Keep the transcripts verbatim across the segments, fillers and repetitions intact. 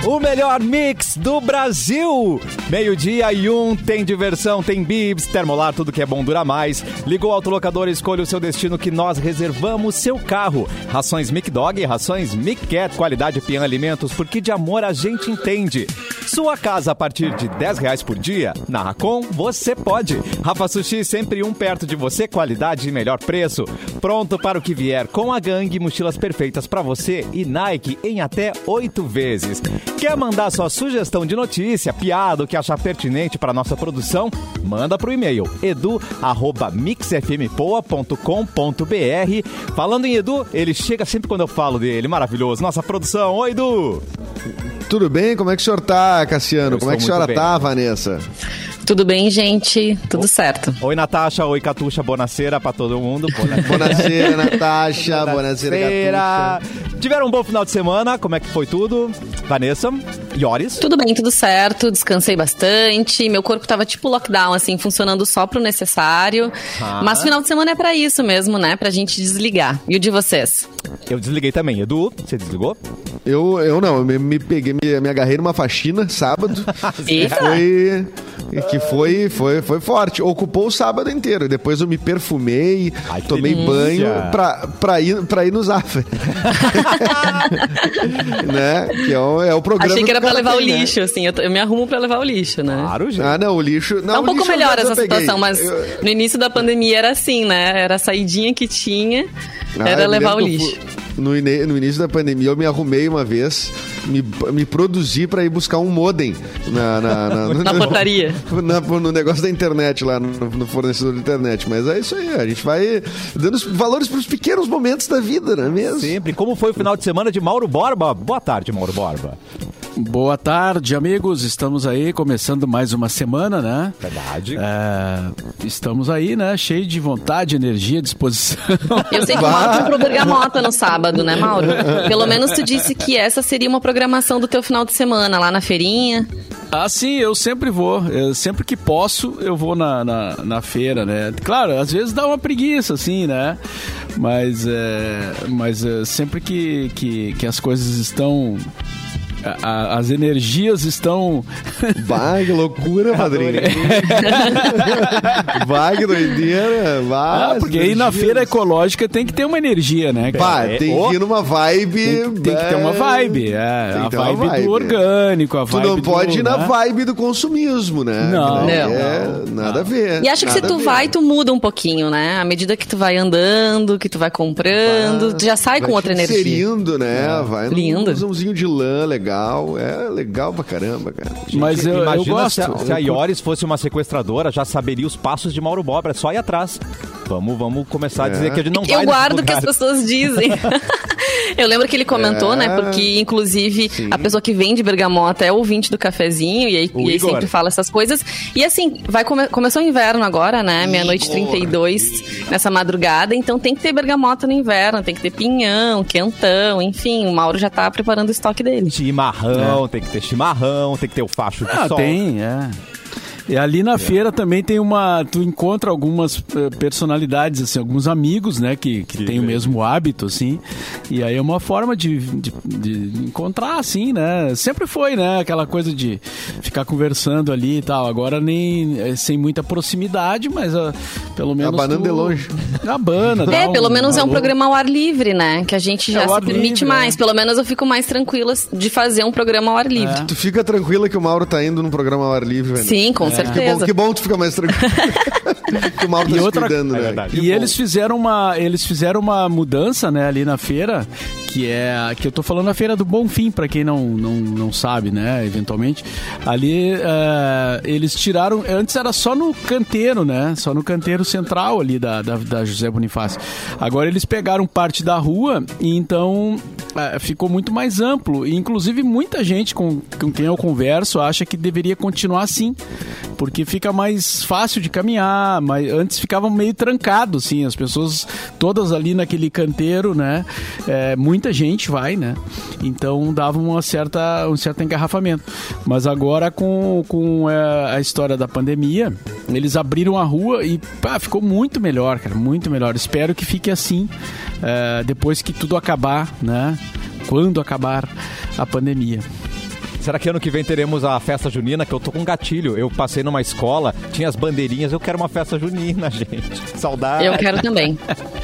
o melhor mix do Brasil. Meio-dia e um, tem diversão, tem bibs, Termolar, tudo que é bom dura mais. Ligou o autolocador, escolha o seu destino que nós reservamos seu carro. Rações Mic Dog e rações Mic Cat, qualidade Pian Alimentos, porque de amor a gente entende. Sua casa a partir de dez reais por dia. Na Racon, você pode. Rafa Sushi, sempre um perto de você, qualidade e melhor preço. Pronto para o que vier com a gangue, mochilas perfeitas para você e Nike em até oito vezes. Quer mandar sua sugestão de notícia, piada, o que achar pertinente para nossa produção? Manda pro e-mail edu arroba mixfmpoa ponto com ponto br. Falando em Edu, ele chega sempre quando eu falo dele. Maravilhoso. Nossa produção. Oi, Edu! Tudo bem? Como é que o senhor tá, Cassiano? Eu Como é que a senhora bem. tá, Vanessa? Tudo bem, gente? Tudo certo. Oi, Natasha. Oi, Catuxa. Bonaceira pra todo mundo. Bonaceira, Natasha. Bonaceira, Catuxa. Tiveram um bom final de semana. Como é que foi tudo? Vanessa? Ioris? Tudo bem, tudo certo. Descansei bastante. Meu corpo tava tipo lockdown, assim, funcionando só pro necessário. Ah. Mas final de semana é pra isso mesmo, né? Pra gente desligar. E o de vocês? Eu desliguei também. Edu, você desligou? Eu, eu não. Eu me, me peguei, me, me agarrei numa faxina sábado. Eita! Foi... Que foi, foi, foi forte. Ocupou o sábado inteiro. Depois eu me perfumei, Ai, tomei delícia. banho pra, pra, ir, pra ir no Zafra. Né? Que é o, é o programa. Achei que era pra levar tem, o lixo, né? assim. Eu, eu me arrumo pra levar o lixo, né? Claro, gente. Ah, não, o lixo. Não, tá um pouco melhor essa situação, peguei. mas eu... no início da pandemia era assim, né? Era a saidinha que tinha, ah, era levar o lixo. No, ine- no início da pandemia eu me arrumei uma vez, me, me produzi pra ir buscar um modem na, na, na, na no, portaria. Na, no negócio da internet lá, no, no fornecedor de internet. Mas é isso aí, a gente vai dando os valores pros pequenos momentos da vida, não é mesmo? Sempre. Como foi o final de semana de Mauro Borba? Boa tarde, Mauro Borba. Boa tarde, amigos. Estamos aí começando mais uma semana, né? Verdade. É, estamos aí, né? Cheio de vontade, energia, disposição. Eu sei que o Mauro comprou bergamota no sábado, né, Mauro? Pelo menos tu disse que essa seria uma programação do teu final de semana, lá na feirinha. Ah, sim, eu sempre vou. Eu, sempre que posso, eu vou na, na, na feira, né? Claro, às vezes dá uma preguiça, assim, né? Mas, é, mas é, sempre que, que, que as coisas estão... A, as energias estão... Vai, que loucura, padrinho. Vai, que doideira. Vai, ah, porque aí na feira ecológica tem que ter uma energia, né? Vai, tem que ir numa vibe... Tem, tem que ter uma vibe. É, a vibe, vibe do orgânico, a vibe Tu não pode do, ir na né? vibe do consumismo, né? Não, não, é, não. Nada a ver. E acho que se tu vai, tu muda um pouquinho, né? À medida que tu vai andando, que tu vai comprando, vai, tu já sai com outra energia. Inserindo, né? É. Vai Lindo. num busãozinho de lã legal. É legal pra caramba, cara. Mas eu, Imagina eu gosto. Se a, se a Ioris fosse uma sequestradora, já saberia os passos de Mauro Borba, é só ir atrás. Vamos, vamos começar a dizer é. que a gente não vai Eu guardo o que as lugares. pessoas dizem. Eu lembro que ele comentou, é. né? Porque, inclusive, Sim. a pessoa que vende bergamota é ouvinte do cafezinho e aí, e aí sempre fala essas coisas. E assim, vai come- começou o inverno agora, né? Meia-noite e trinta e dois nessa madrugada. Então tem que ter bergamota no inverno, tem que ter pinhão, quentão, enfim. O Mauro já tá preparando o estoque dele. Chimarrão, é. tem que ter chimarrão, tem que ter o facho de ah, sol. Tem, é. E ali na é. feira também tem uma... Tu encontra algumas personalidades, assim, alguns amigos, né? Que, que, que têm o mesmo hábito, assim. E aí é uma forma de, de, de encontrar, assim, né? Sempre foi, né? Aquela coisa de ficar conversando ali e tal. Agora nem... Sem muita proximidade, mas uh, pelo menos... Abanando tu... de longe. Abana. É, um, pelo menos um é um programa ao ar livre, né? Que a gente já é se permite livre, mais. É. Pelo menos eu fico mais tranquila de fazer um programa ao ar livre. É. Tu fica tranquila que o Mauro tá indo num programa ao ar livre, velho? Sim, com É. certeza. Que bom, que bom tu fica mais tranquilo. Que o Mauro tá e se outra... cuidando, é né? E eles fizeram uma, eles fizeram uma mudança, né, ali na feira, que é que eu tô falando a Feira do Bonfim, pra quem não, não, não sabe, né, eventualmente. Ali, uh, eles tiraram... Antes era só no canteiro, né, só no canteiro central ali da, da, da José Bonifácio. Agora eles pegaram parte da rua e então uh, ficou muito mais amplo. E, inclusive, muita gente com, com quem eu converso acha que deveria continuar assim, porque fica mais fácil de caminhar, mas antes ficavam meio trancados, assim, as pessoas todas ali naquele canteiro, né, é, muita gente vai, né, então dava uma certa, um certo engarrafamento, mas agora com, com é, a história da pandemia, eles abriram a rua e pá, ficou muito melhor, cara, muito melhor, espero que fique assim, é, depois que tudo acabar, né, quando acabar a pandemia. Será que ano que vem teremos a festa junina? Que eu tô com um gatilho. Eu passei numa escola, tinha as bandeirinhas. Eu quero uma festa junina, gente. Saudade. Eu quero também.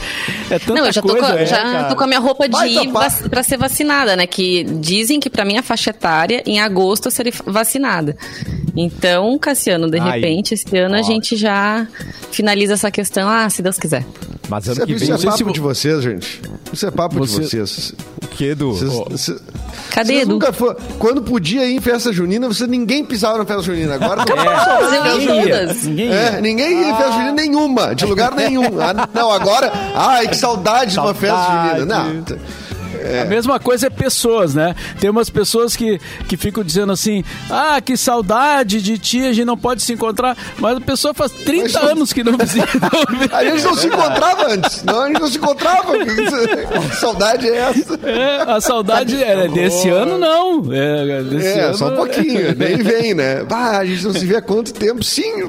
É tanta Não, eu já, tô, coisa, com, é, já tô com a minha roupa de Vai, ir tá, vac- pra ser vacinada, né? Que dizem que pra minha faixa etária, em agosto eu serei vacinada. Então, Cassiano, de Ai, repente, esse ano ó. a gente já finaliza essa questão. Ah, se Deus quiser. Mas Isso ano é, que isso vem... é sei papo se- de vocês, gente. Isso é papo Você- de vocês. O que, Edu? Vocês, Oh, vocês- Cadê, vocês Edu? nunca foram- Quando podia ir em festa junina, você, ninguém pisava na festa junina. Agora não É. pode Eu festa ia junina. todas. Ninguém ia. É, ninguém ia em festa junina nenhuma, de lugar nenhum. Ah, não, agora, ai, que saudade, de uma festa Saudade. junina. Não. A mesma coisa é pessoas, né? Tem umas pessoas que, que ficam dizendo assim, ah, que saudade de ti, a gente não pode se encontrar. Mas a pessoa faz trinta Mas- anos que não visita. A gente não se encontrava antes. Não, a gente não se encontrava. Que saudade é essa? É, a saudade é desse ano, não. É, desse É, ano, só um pouquinho, nem vem, né? Bah, a gente não se vê há quanto tempo? Sim,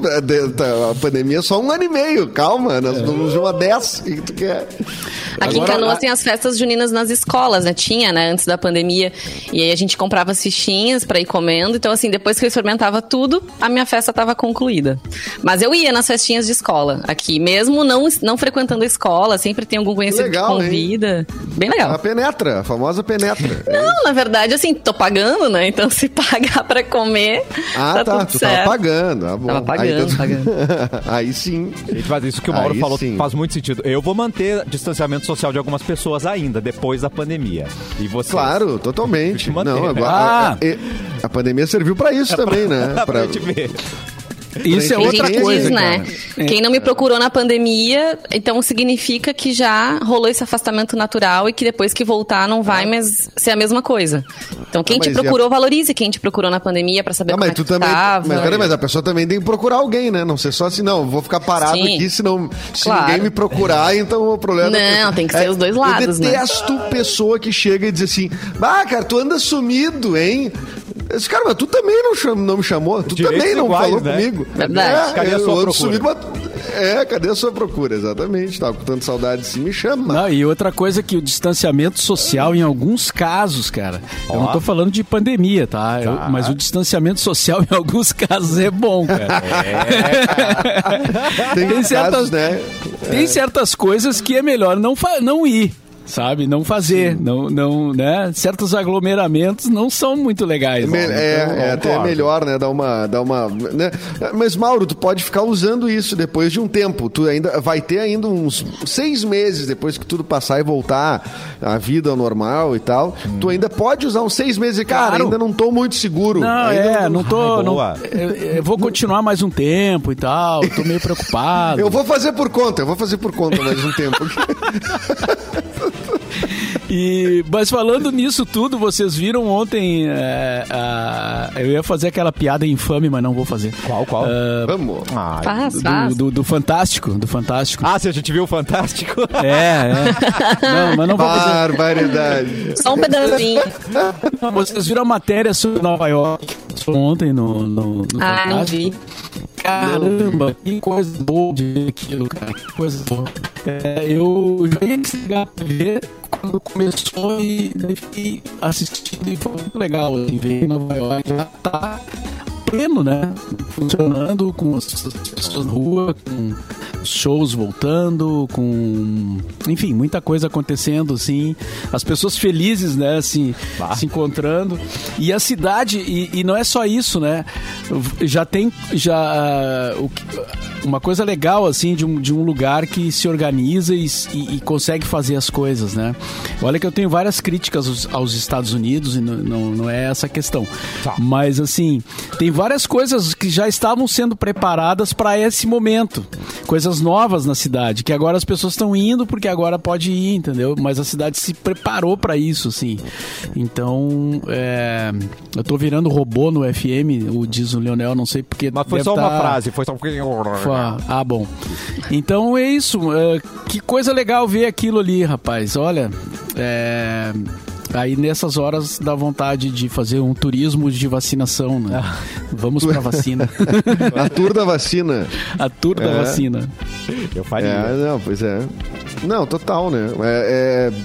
a pandemia é só um ano e meio. Calma, nós vamos uma dez. O que tu quer? Aqui Agora, em Canoas a- tem as festas juninas nas escolas, né? Tinha, né? Antes da pandemia. E aí a gente comprava as fichinhas pra ir comendo. Então, assim, depois que eu experimentava tudo, a minha festa tava concluída. Mas eu ia nas festinhas de escola aqui. Mesmo não, não frequentando a escola, sempre tem algum conhecido Legal, que convida. Bem legal. A penetra, a famosa penetra. Não, na verdade, assim, tô pagando, né? Então, se pagar pra comer, Ah, tá, tá, tudo tu certo. tava pagando. Ah, bom. Tava pagando, Aí, tá- pagando. Aí sim. Gente, mas isso que o Mauro Aí falou sim. faz muito sentido. Eu vou manter distanciamento social de algumas pessoas ainda, depois da pandemia. E você? Claro, totalmente. Tem que manter, Não, né? agora, Ah. a, a- a pandemia serviu pra isso também, né? Pra Pra- gente ver. Isso é Tem outra Tem gente que coisa, diz, cara. né? É. Quem não me procurou na pandemia, então significa que já rolou esse afastamento natural e que depois que voltar não vai mais ser a mesma coisa. Então quem Ah, te mas e a- procurou, valorize quem te procurou na pandemia pra saber Ah, como mas é tu que também. tava. Mas, peraí, mas a pessoa também tem que procurar alguém, né? Não ser só assim, não, vou ficar parado Sim. aqui se, não, se Claro. ninguém me procurar, então o problema Não, é da pessoa. tem que ser os dois lados, Eu né? detesto pessoa que chega e diz assim: bah, cara, tu anda sumido, hein? Esse cara, mas tu também não, cham, não me chamou, tu Direitos também não iguais, falou né? comigo. Verdade. É, Cadê a eu sua ando procura? sumido, mas- É, cadê a sua procura? Exatamente. Tava com tanta saudade assim, me chama. Não, e outra coisa que o distanciamento social, em alguns casos, cara, eu Ó. não tô falando de pandemia, tá? Eu- Tá. mas o distanciamento social, em alguns casos, é bom, cara. Tem, tem casos, certas- né? Tem certas coisas que é melhor não, fa- não ir. Sabe, não fazer, não, não, né? Certos aglomeramentos não são muito legais. É, me- né? é, Então, é até concordo. melhor, né? Dar uma. Dar uma né? Mas, Mauro, tu pode ficar usando isso depois de um tempo. Tu ainda vai ter ainda uns seis meses depois que tudo passar e voltar à vida ao normal e tal. Hum. Tu ainda pode usar uns seis meses e, cara, Claro. ainda não tô muito seguro. Não, ainda é, não tô. Ai, não- boa. eu, eu vou continuar mais um tempo e tal, tô meio preocupado. Eu vou fazer por conta, eu vou fazer por conta mais um tempo. E, mas falando nisso tudo, vocês viram ontem. é, a- eu ia fazer aquela piada infame, mas não vou fazer. Qual, qual? Ah, Vamos. Ai. Faz, do, faz. do, do Fantástico, do Fantástico. Ah, se a gente viu o Fantástico. É, é. Não, mas não vou fazer. Barbaridade. Só um pedacinho. Vocês viram a matéria sobre Nova York ontem no, no, no Ah, não Fantástico? vi. Caramba, que coisa boa de ver aquilo, cara. Que coisa boa. É, eu já ia desligar a T V quando começou e daí fiquei assistindo e foi muito legal. Assim, ver Nova York já tá pleno, né? Funcionando com as as pessoas na rua, com os shows voltando, com... Enfim, muita coisa acontecendo, assim. As pessoas felizes, né? Assim, se encontrando. E a cidade... E, e não é só isso, né? Já tem... Já, o que- uma coisa legal, assim, de um, de um lugar que se organiza e, e- e consegue fazer as coisas, né? Olha que eu tenho várias críticas aos, aos Estados Unidos e não, não, não é essa a questão. Tá. Mas, assim, tem várias coisas que já estavam sendo preparadas para esse momento. Coisas novas na cidade, que agora as pessoas estão indo porque agora pode ir, entendeu? Mas a cidade se preparou para isso, assim. Então, é, eu tô virando robô no F M, o diz o Leonel, não sei porque... Mas foi deve só uma tá- frase, foi só um pouquinho. Fa- Ah, bom. Então é isso. é, que coisa legal ver aquilo ali, rapaz. Olha, é, aí nessas horas dá vontade de fazer um turismo de vacinação, né? Vamos pra vacina. A tour da vacina. A tour da É. vacina. Eu faria. É, não, pois é. Não, total, né? É, é,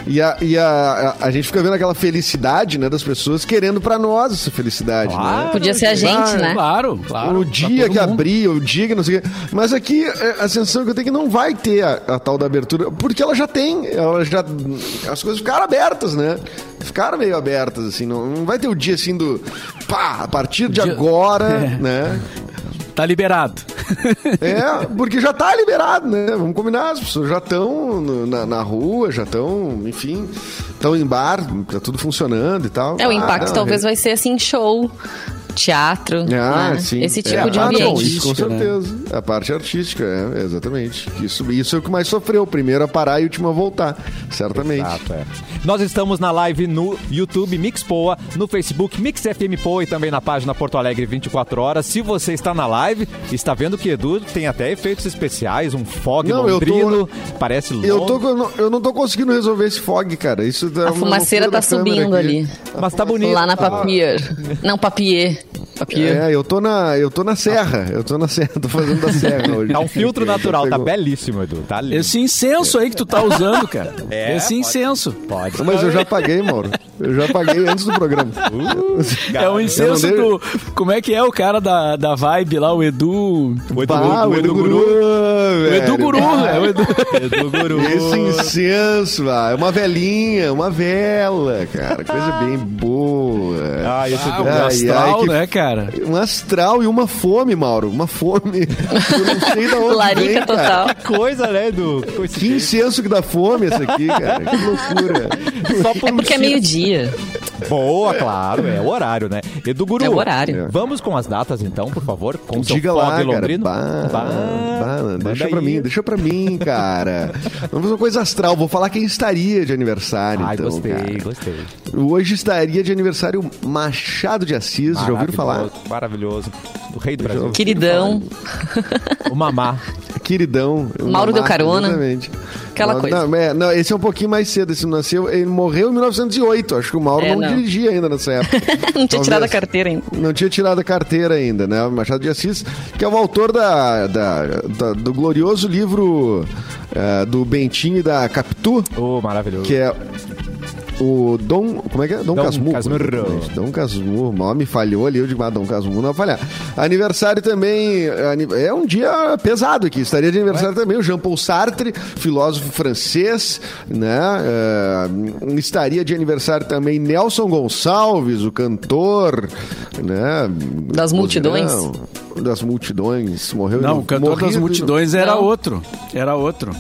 E, a, e a, a, a gente fica vendo aquela felicidade, né, das pessoas querendo pra nós essa felicidade, claro, né? Podia ser a gente, ah, né? Claro, claro. O dia que abrir, o dia que não sei o quê. Mas aqui, a sensação que eu tenho é que não vai ter a, a tal da abertura, porque ela já tem, ela já, as coisas ficaram abertas, né? Ficaram meio abertas, assim, não, não vai ter o dia assim do, pá, a partir de dia... agora, é. né? Tá liberado. É, porque já tá liberado, né? Vamos combinar, as pessoas já estão na, na rua, já estão, enfim, estão em bar, tá tudo funcionando e tal. É, o impacto ah, não, talvez é... vai ser assim, show, teatro, ah, né? sim. Esse tipo é, de ah, ambiente. Não, isso com certeza. Né? A parte artística, é, exatamente. Isso, isso é o que mais sofreu. Primeiro a parar e o último a voltar, certamente. Exato, é. Nós estamos na live no YouTube Mix Poa, no Facebook Mix F M Poa e também na página Porto Alegre vinte e quatro horas. Se você está na live, está vendo que Edu tem até efeitos especiais, um fog não, londrino, eu tô, parece longo. Eu, tô, eu não tô conseguindo resolver esse fog, cara. Isso a fumaceira tá subindo ali. Mas tá bonito. Lá na Papier. Ah. Não, Papier. Papier. É, eu tô na, eu tô na serra. Eu tô na serra, tô fazendo da serra hoje. É um filtro natural, tá belíssimo, Edu. Tá lindo. Esse incenso aí que tu tá usando, cara. É, Esse pode, incenso. Pode. Mas eu já paguei, Mauro. Eu já paguei antes do programa. Uh, é o incenso do... Como é que é o cara da, da Vibe lá, o Edu... O Edu, ah, o Edu, Edu Guru. Guru o Edu Guru. É o Edu, Edu Guru. Esse incenso, ah, é uma velinha, uma vela, cara. Coisa bem boa. Ah, esse ah, um astral, ai, que... né, cara? Um astral e uma fome, Mauro. Uma fome. Eu não sei da onde Larica vem, total. Cara. Que coisa, né, Edu? Que incenso que dá fome essa aqui, cara. Que loucura. Só por é porque é meio-dia. Boa, claro, é o horário, né? Edu Guru, é o horário. Vamos com as datas, então, por favor? Com Diga seu lá, fog cara. londrino. Bah, bah, bah, deixa aí. pra mim, deixa pra mim, cara. Vamos fazer uma coisa astral. Vou falar quem estaria de aniversário, Ai, então, gostei, cara. gostei. Hoje estaria de aniversário Machado de Assis, já ouviram falar? Maravilhoso. O rei do Brasil. Queridão. O Mamá. Queridão. O Mauro deu carona. Exatamente. Aquela não, coisa. Não, é, não, esse é um pouquinho mais cedo. Esse nasceu, ele morreu em mil novecentos e oito. Acho que o Mauro é, não, não dirigia ainda nessa época. Não tinha Talvez. tirado a carteira ainda. Não tinha tirado a carteira ainda, né? O Machado de Assis, que é o autor da, da, da, do glorioso livro uh, do Bentinho e da Capitu. Oh, maravilhoso. Que é o Dom... Como é que é? Dom, Dom Casmurro. Casmurro. Dom Casmurro. O nome falhou ali. Eu digo, ah, Dom Casmurro não vai falhar. Aniversário também... É um dia pesado aqui. Estaria de aniversário é. também o Jean-Paul Sartre, filósofo francês, né? Uh, estaria de aniversário também Nelson Gonçalves, o cantor, né? Das multidões. Não, das multidões. Morreu. Não, o cantor das multidões era não. outro. Era outro.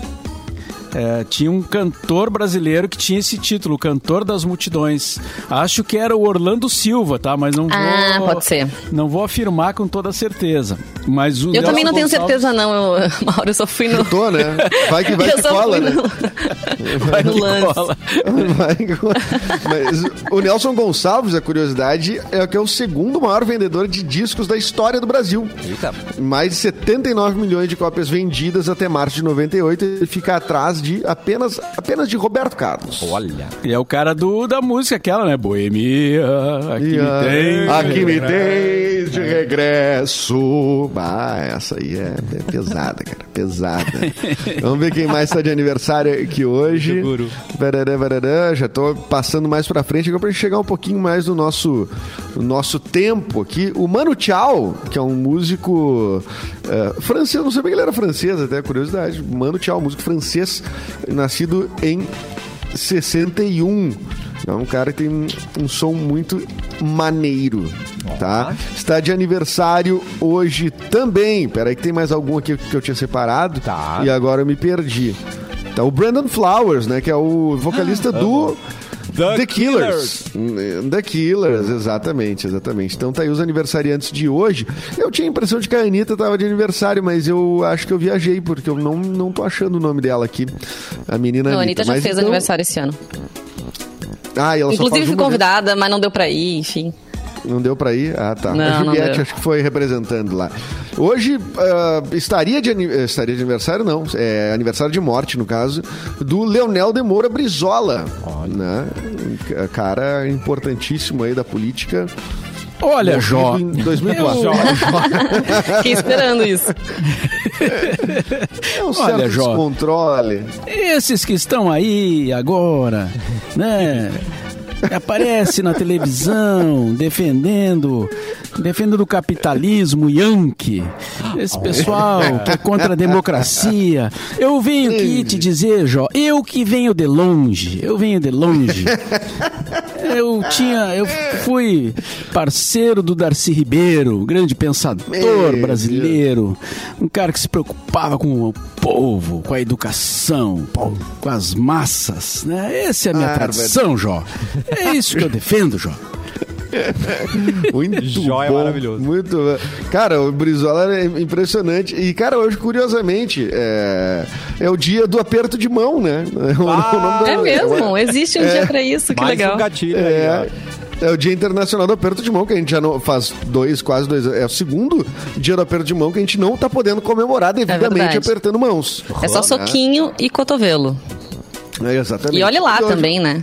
É, tinha um cantor brasileiro que tinha esse título, Cantor das Multidões. Acho que era o Orlando Silva, tá? Mas não vou... Ah, pode ser. Não vou afirmar com toda certeza. Mas o eu Nelson também não tenho Gonçalves... certeza, não, eu, Mauro. Eu só fui no... Tô, né? Vai que vai que cola, né? Vai no que lance. cola. Vai que cola. Mas o Nelson Gonçalves, a curiosidade, é que é o segundo maior vendedor de discos da história do Brasil. Eita. Mais de setenta e nove milhões de cópias vendidas até março de noventa e oito. Ele fica atrás de apenas, apenas de Roberto Carlos. Olha. E é o cara do, da música aquela, né? Boemia, aqui e me tem. Aqui me tem de regresso. Ah, essa aí é, é pesada, cara. Pesada. Vamos ver quem mais está de aniversário aqui hoje. Barará, barará. Já tô passando mais pra frente agora pra gente chegar um pouquinho mais no nosso, no nosso tempo aqui. O Manu Chao, que é um músico uh, francês, não sabia que ele era francês, até curiosidade. Manu Chao, músico francês, nascido em sessenta e um. É um cara que tem um, um som muito maneiro, tá? Está de aniversário hoje também. Peraí que tem mais algum aqui que eu tinha separado. Tá. E agora eu me perdi. Tá o Brandon Flowers, né? Que é o vocalista do... The, The Killers. Killers. The Killers, exatamente, exatamente. Então tá aí os aniversariantes de hoje. Eu tinha a impressão de que a Anitta tava de aniversário, mas eu acho que eu viajei, porque eu não, não tô achando o nome dela aqui. A menina não, Anitta. A Anitta já mas fez então... aniversário esse ano. Ah, e ela Inclusive só fui convidada, vez. Mas não deu pra ir, enfim. Não deu pra ir? Ah, tá. Não, a Juliette não acho que foi representando lá. Hoje uh, estaria, de, estaria de aniversário, não. É aniversário de morte, no caso, do Leonel de Moura Brizola. Né? Cara importantíssimo aí da política. Olha, Jó. Em dois mil e quatro. Eu... Fiquei esperando isso. É um certo Olha, Jó, descontrole. Esses que estão aí agora, né? Aparece na televisão defendendo defendendo o capitalismo yankee, esse pessoal que é contra a democracia. Eu venho aqui te dizer, Jó, eu que venho de longe, eu venho de longe. Eu tinha, eu fui parceiro do Darcy Ribeiro, grande pensador brasileiro, um cara que se preocupava com o povo, com a educação, com as massas, né? Essa é a minha ah, tradição, Jó. É isso que eu defendo, Jó. Muito Jó é bom, maravilhoso. Muito bom. Cara, o Brizola é impressionante. E, cara, hoje, curiosamente, é, é o dia do aperto de mão, né? Ah, o nome da... É mesmo? Existe um é, dia pra isso, que mais legal. Um gatilho é, aí, é o Dia Internacional do Aperto de Mão, que a gente já não faz dois, quase dois anos. É o segundo dia do aperto de mão que a gente não tá podendo comemorar devidamente é apertando mãos. É só soquinho e cotovelo. É, exatamente. E olhe lá hoje... também, né?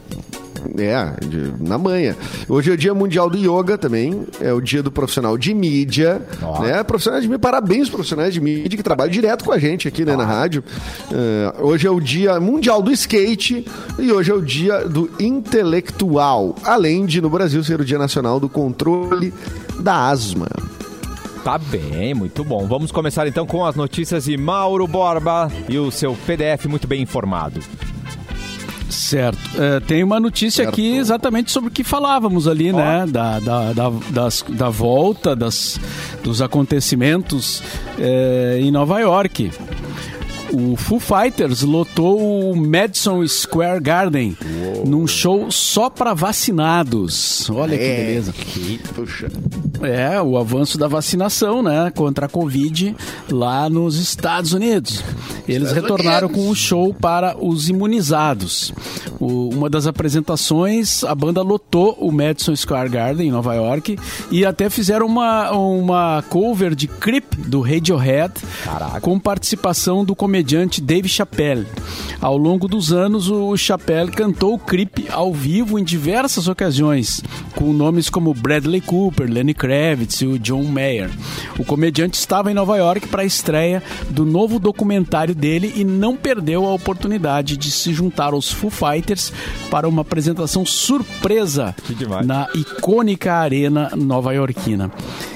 É, de, na manhã. Hoje é o Dia Mundial do Yoga também. É o dia do profissional de mídia. Oh. Né? Profissionais de mídia, parabéns profissionais de mídia que trabalham direto com a gente aqui, né, oh. na rádio. Uh, hoje é o Dia Mundial do Skate e hoje é o Dia do Intelectual. Além de, no Brasil, ser o Dia Nacional do Controle da Asma. Tá bem, muito bom. Vamos começar então com as notícias de Mauro Borba e o seu P D F muito bem informado. Certo. É, tem uma notícia certo. aqui exatamente sobre o que falávamos ali, oh. né? Da, da, da, das, da volta das, dos acontecimentos é, em Nova York. O Foo Fighters lotou o Madison Square Garden Uou. num show só para vacinados. Olha é, que beleza. Que, puxa. É, o avanço da vacinação, né, contra a Covid lá nos Estados Unidos. Eles Estados retornaram Unidos. com o show para os imunizados. O, uma das apresentações, a banda lotou o Madison Square Garden em Nova York e até fizeram uma, uma cover de Creep do Radiohead. Caraca. Com participação do comediante Dave Chappelle. Ao longo dos anos, o Chappelle cantou Creep ao vivo em diversas ocasiões, com nomes como Bradley Cooper, Lenny Kravitz e o John Mayer. O comediante estava em Nova York para a estreia do novo documentário dele e não perdeu a oportunidade de se juntar aos Foo Fighters para uma apresentação surpresa na icônica arena nova-iorquina.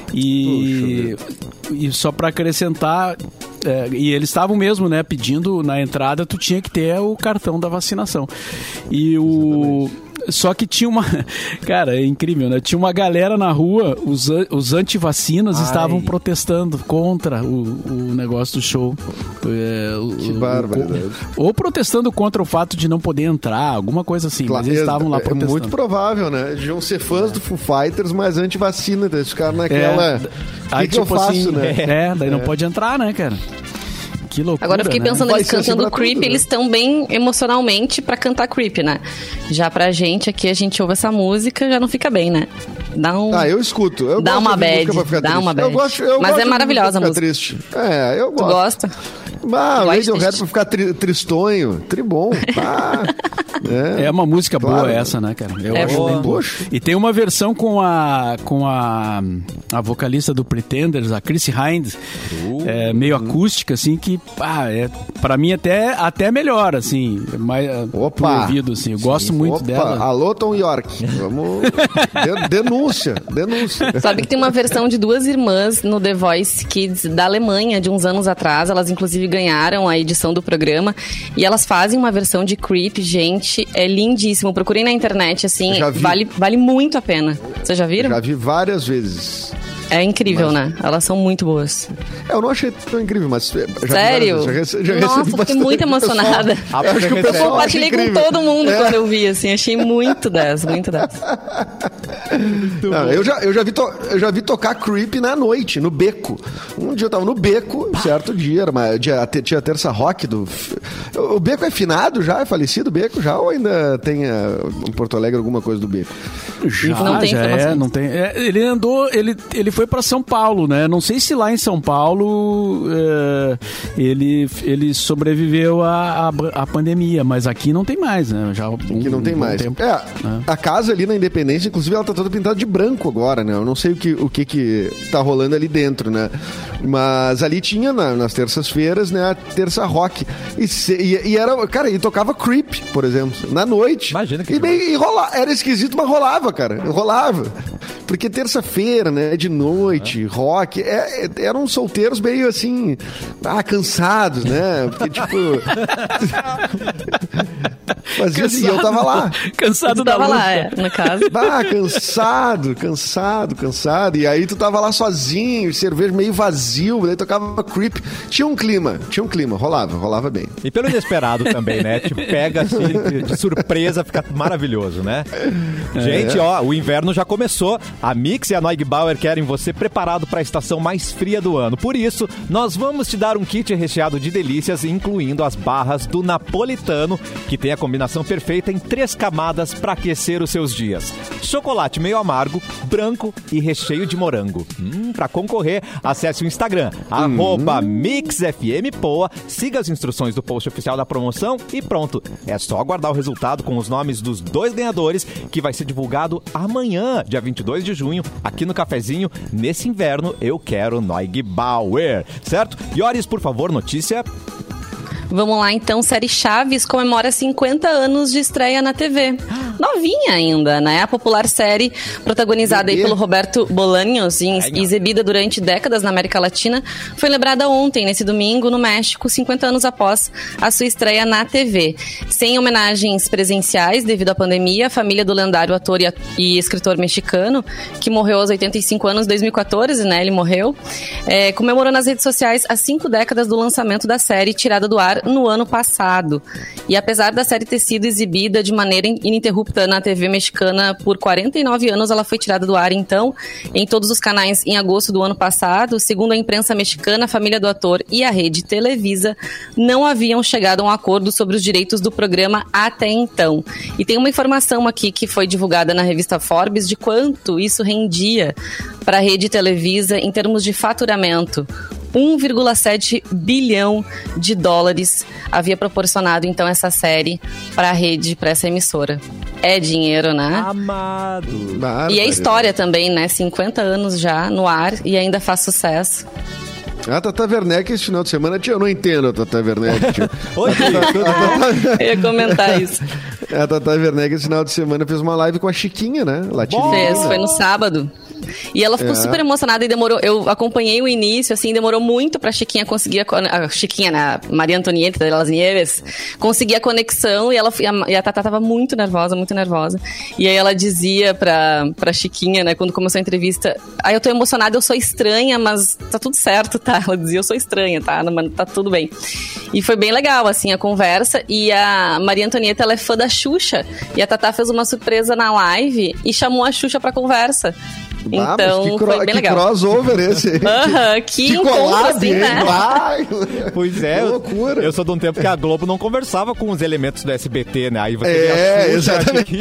E, e só para acrescentar, é, e eles estavam mesmo, né, pedindo na entrada, tu tinha que ter o cartão da vacinação. E o... Só que tinha uma... Cara, é incrível, né? Tinha uma galera na rua, os, os antivacinas Ai. estavam protestando contra o, o negócio do show. É, o, que barbaridade. Ou protestando contra o fato de não poder entrar, alguma coisa assim. Claro, mas eles estavam lá protestando. É muito provável, né? Deviam ser fãs é. do Foo Fighters, mas antivacina. Eles ficaram naquela... É. Aí, que tipo que eu faço, assim, né? É, daí é. não pode entrar, né, cara? Que loucura, Agora eu fiquei pensando, né? Eles cantando assim Creep, tudo, eles estão né? bem emocionalmente pra cantar Creep, né? Já pra gente aqui, a gente ouve essa música, já não fica bem, né? Dá um... Ah, eu escuto. Eu dá uma bad, dá uma bad. Eu gosto, eu Mas gosto é maravilhosa a música. Triste. É, eu gosto. Tu gosta? Ah, o Radiohead pra ficar tri, tristonho, tribom. Ah, é. é uma música claro. boa essa, né, cara? Eu é acho boa. bem boa. E tem uma versão com a com a, a vocalista do Pretenders, a Chrissy Hynde, uh, é, meio uh. acústica, assim, que ah, é, pra mim até, até melhor, assim, mais pro ouvido, assim. Eu Sim. gosto muito Opa. dela. Alô, Tom York. Vamos... denúncia, denúncia. Sabe que tem uma versão de duas irmãs no The Voice Kids da Alemanha, de uns anos atrás. Elas, inclusive, ganharam a edição do programa e elas fazem uma versão de Creep, gente, é lindíssimo. Procurem na internet, assim, vale, vale muito a pena. Vocês já viram? Já vi várias vezes. É incrível, mas... né? Elas são muito boas. É, eu não achei tão incrível, mas... Já Sério? Já rece... já Nossa, fiquei muito emocionada. Pessoal... Eu acho que o pessoal eu compartilhei com todo mundo é. quando eu vi, assim. Achei muito dez, muito dez. Não, eu, já, eu, já vi to... eu já vi tocar Creep na noite, no Beco. Um dia eu tava no Beco, um certo dia, era uma... dia... tinha a terça rock do... O Beco é finado já? É falecido o Beco já? Ou ainda tem uh, em Porto Alegre alguma coisa do Beco? Já, não tem já é, não tem. É, ele andou, ele, ele foi para São Paulo, né? Não sei se lá em São Paulo é, ele, ele sobreviveu à, à, à pandemia, mas aqui não tem mais, né? Já um, aqui não tem um mais. Tempo, é, né? A casa ali na Independência, inclusive, ela tá toda pintada de branco agora, né? Eu não sei o que, o que que tá rolando ali dentro, né? Mas ali tinha na, nas terças-feiras, né? A terça rock. E, se, e, e era, cara, e tocava Creep, por exemplo, na noite. Imagina que E, bem, e rola, era esquisito, mas rolava, cara. Rolava. Porque terça-feira, né? De noite, é. rock. É, é, eram solteiros meio assim, ah, cansados, né? Porque, tipo. Mas cansado, assim, eu tava lá. Cansado da luta. Lá, é, no caso. Ah, cansado, cansado, cansado. E aí tu tava lá sozinho, cerveja meio vazio, daí tocava Creep. Tinha um clima, tinha um clima, rolava, rolava bem. E pelo inesperado também, né? Tipo, pega assim, de surpresa, fica maravilhoso, né? É. Gente, ó, o inverno já começou. A Mix e a Neugbauer querem você preparado para a estação mais fria do ano. Por isso, nós vamos te dar um kit recheado de delícias, incluindo as barras do napolitano, que tem a combinação perfeita em três camadas para aquecer os seus dias. Chocolate meio amargo, branco e recheio de morango. Hum, para concorrer, acesse o Instagram, hum. arroba MixFMPoa, siga as instruções do post oficial da promoção e pronto. É só aguardar o resultado com os nomes dos dois ganhadores, que vai ser divulgado amanhã, dia vinte e dois de junho, aqui no Cafezinho. Nesse inverno, eu quero Neugbauer, certo? Ioris, por favor, notícia... Vamos lá, então. Série Chaves comemora cinquenta anos de estreia na T V. Novinha ainda, né? A popular série, protagonizada aí pelo Roberto Bolaños e exibida durante décadas na América Latina, foi lembrada ontem, nesse domingo, no México, cinquenta anos após a sua estreia na T V. Sem homenagens presenciais devido à pandemia, a família do lendário ator e, e escritor mexicano, que morreu aos oitenta e cinco anos em dois mil e quatorze, né? Ele morreu. É, comemorou nas redes sociais as cinco décadas do lançamento da série, tirada do ar no ano passado. E apesar da série ter sido exibida de maneira ininterrupta na T V mexicana por quarenta e nove anos, ela foi tirada do ar, então, em todos os canais em agosto do ano passado. Segundo a imprensa mexicana, a família do ator e a rede Televisa não haviam chegado a um acordo sobre os direitos do programa até então. E tem uma informação aqui que foi divulgada na revista Forbes de quanto isso rendia para a rede Televisa em termos de faturamento. um vírgula sete bilhão de dólares havia proporcionado, então, essa série para a rede, para essa emissora. É dinheiro, né? Amado. E é história também, né? cinquenta anos já no ar e ainda faz sucesso. A Tata Werneck esse final de semana, tio, eu não entendo a Tata Werneck, tio. Oi, tio, eu ia comentar isso. A Tata Werneck esse final de semana fez uma live com a Chiquinha, né? Latina. Fez, foi no sábado. E ela ficou é. super emocionada e demorou, eu acompanhei o início, assim, demorou muito pra Chiquinha conseguir, a, a Chiquinha, né, Maria Antonieta de las Nieves, conseguir a conexão e, ela, e, a, e a Tata tava muito nervosa, muito nervosa. E aí ela dizia pra, pra Chiquinha, né, quando começou a entrevista, aí ah, eu tô emocionada, eu sou estranha, mas tá tudo certo, tá? Ela dizia, eu sou estranha, tá? Mas tá tudo bem. E foi bem legal, assim, a conversa. E a Maria Antonieta, ela é fã da Xuxa, e a Tata fez uma surpresa na live e chamou a Xuxa pra conversa. Ah, então, que cro- foi bem que legal. crossover esse. Aham, que, que encontro, collab, assim, né? Pois é, que loucura. Eu sou de um tempo que a Globo não conversava com os elementos do S B T, né? Aí você é, vê a Xuxa, exatamente.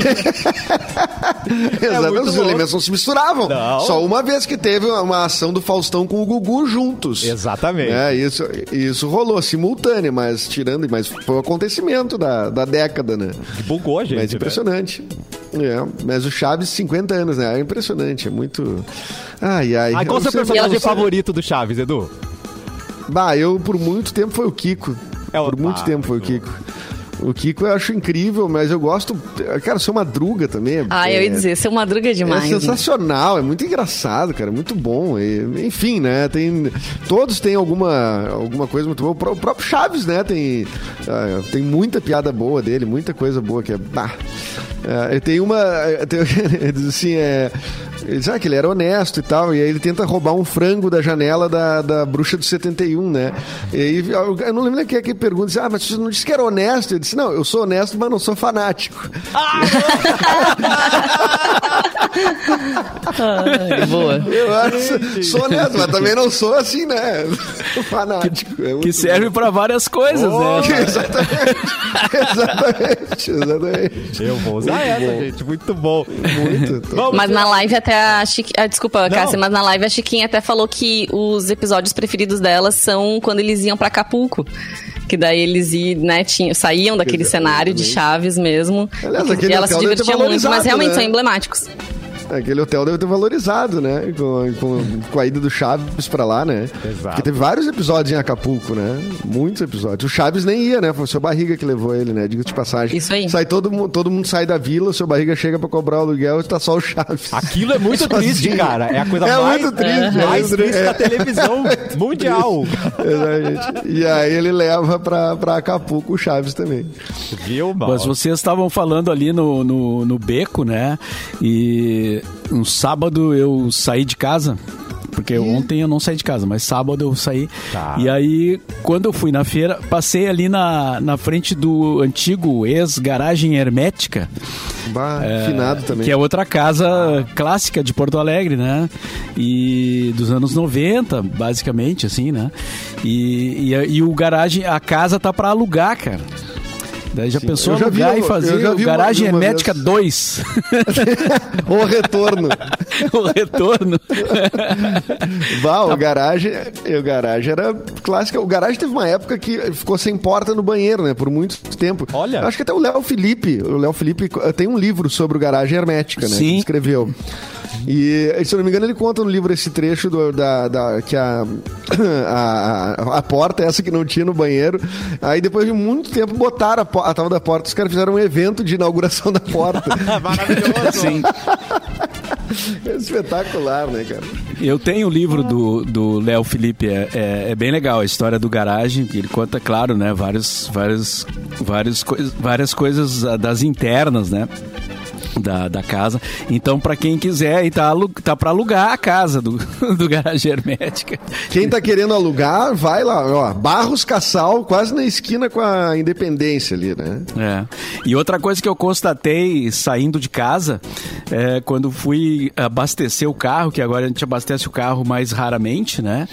é exatamente, os elementos não se misturavam. Não. Só uma vez que teve uma ação do Faustão com o Gugu juntos. Exatamente. É, isso, isso rolou, simultâneo, mas tirando, mas foi um acontecimento da, da década, né? Bugou a gente, Mas impressionante. Né? É, mas o Chaves, cinquenta anos, né? É impressionante, é muito... Ai, ai. Ah, qual é o seu personagem favorito do Chaves, Edu? Bah, eu por muito tempo foi o Kiko. É o... Por muito ah, tempo foi o Kiko. O Kiko eu acho incrível, mas eu gosto... Cara, Seu Madruga também. Ah, é, eu ia dizer, Seu Madruga é demais. É sensacional, né? É muito engraçado, cara, é muito bom. E, enfim, né, tem... Todos têm alguma, alguma coisa muito boa. O próprio Chaves, né, tem, uh, tem muita piada boa dele, muita coisa boa que é... Bah, uh, tem uma... Tem, ele diz assim, é... Ele diz ah, que ele era honesto e tal, e aí ele tenta roubar um frango da janela da, da Bruxa do setenta e um, né? E aí, eu não lembro quem é que pergunta, diz, ah, mas você não disse que era honesto? Ele disse, não, eu sou honesto, mas não sou fanático. Ai, boa. Eu acho, sou honesto, mas também não sou assim, né? Fanático. Que, é que serve para várias coisas, oh, né? Exatamente. Exatamente, exatamente. Eu vou usar muito essa, bom. gente. Muito bom. Muito. Vamos mas ver. Na live até a Chiquinha... Ah, desculpa, não. Cássia, mas na live a Chiquinha até falou que os episódios preferidos dela são quando eles iam pra Acapulco. Que daí eles iam, né, tinham, saíam daquele Exatamente. cenário de Chaves mesmo. Aliás, e que ela se divertia muito, mas realmente né? são emblemáticos. Aquele hotel deve ter valorizado, né? Com, com, com a ida do Chaves pra lá, né? Exato. Porque teve vários episódios em Acapulco, né? Muitos episódios. O Chaves nem ia, né? Foi o seu Barriga que levou ele, né? Diga-se de passagem. Isso aí. Sai todo, mundo, todo mundo sai da vila, o seu Barriga chega pra cobrar o aluguel e tá só o Chaves. Aquilo é muito triste, cara. É a coisa é mais, muito triste, é, né? mais triste é. da televisão mundial. Exatamente. E aí ele leva pra, pra Acapulco o Chaves também. Viu, mano? Mas vocês estavam falando ali no, no, no beco, né? E um sábado eu saí de casa, porque hum. ontem eu não saí de casa, mas sábado eu saí. Tá. E aí, quando eu fui na feira, passei ali na, na frente do antigo ex-garagem hermética. Bah, é, finado também. Que é outra casa clássica de Porto Alegre, né? E dos anos noventa, basicamente, assim, né? E, e, e o garagem, a casa tá pra alugar, cara. Daí já Sim. pensou já alugar vi, e fazer o Garagem uma, uma Hermética dois. O retorno. O retorno. Bah, o garagem, o garagem era clássico. O garagem teve uma época que ficou sem porta no banheiro, né? Por muito tempo. Olha. Eu acho que até o Léo Felipe, o Léo Felipe tem um livro sobre o Garagem Hermética, né? Sim. Que ele escreveu. E, se eu não me engano, ele conta no livro esse trecho do, da, da, que a, a, a porta é essa que não tinha no banheiro. Aí, depois de muito tempo, botaram a, a tal da porta. Os caras fizeram um evento de inauguração da porta. Maravilhoso. Sim. É espetacular, né, cara? Eu tenho o livro do, do Léo Felipe, é, é, é bem legal a história do garagem, ele conta, claro, né, vários, vários, vários coi- várias coisas das internas, né? Da, da casa. Então, pra quem quiser, tá, tá pra alugar a casa do, do Garagem Hermética. Quem tá querendo alugar, vai lá, ó. Barros Cassal, quase na esquina com a Independência ali, né? É. E outra coisa que eu constatei saindo de casa, é, quando fui abastecer o carro, que agora a gente abastece o carro mais raramente, né?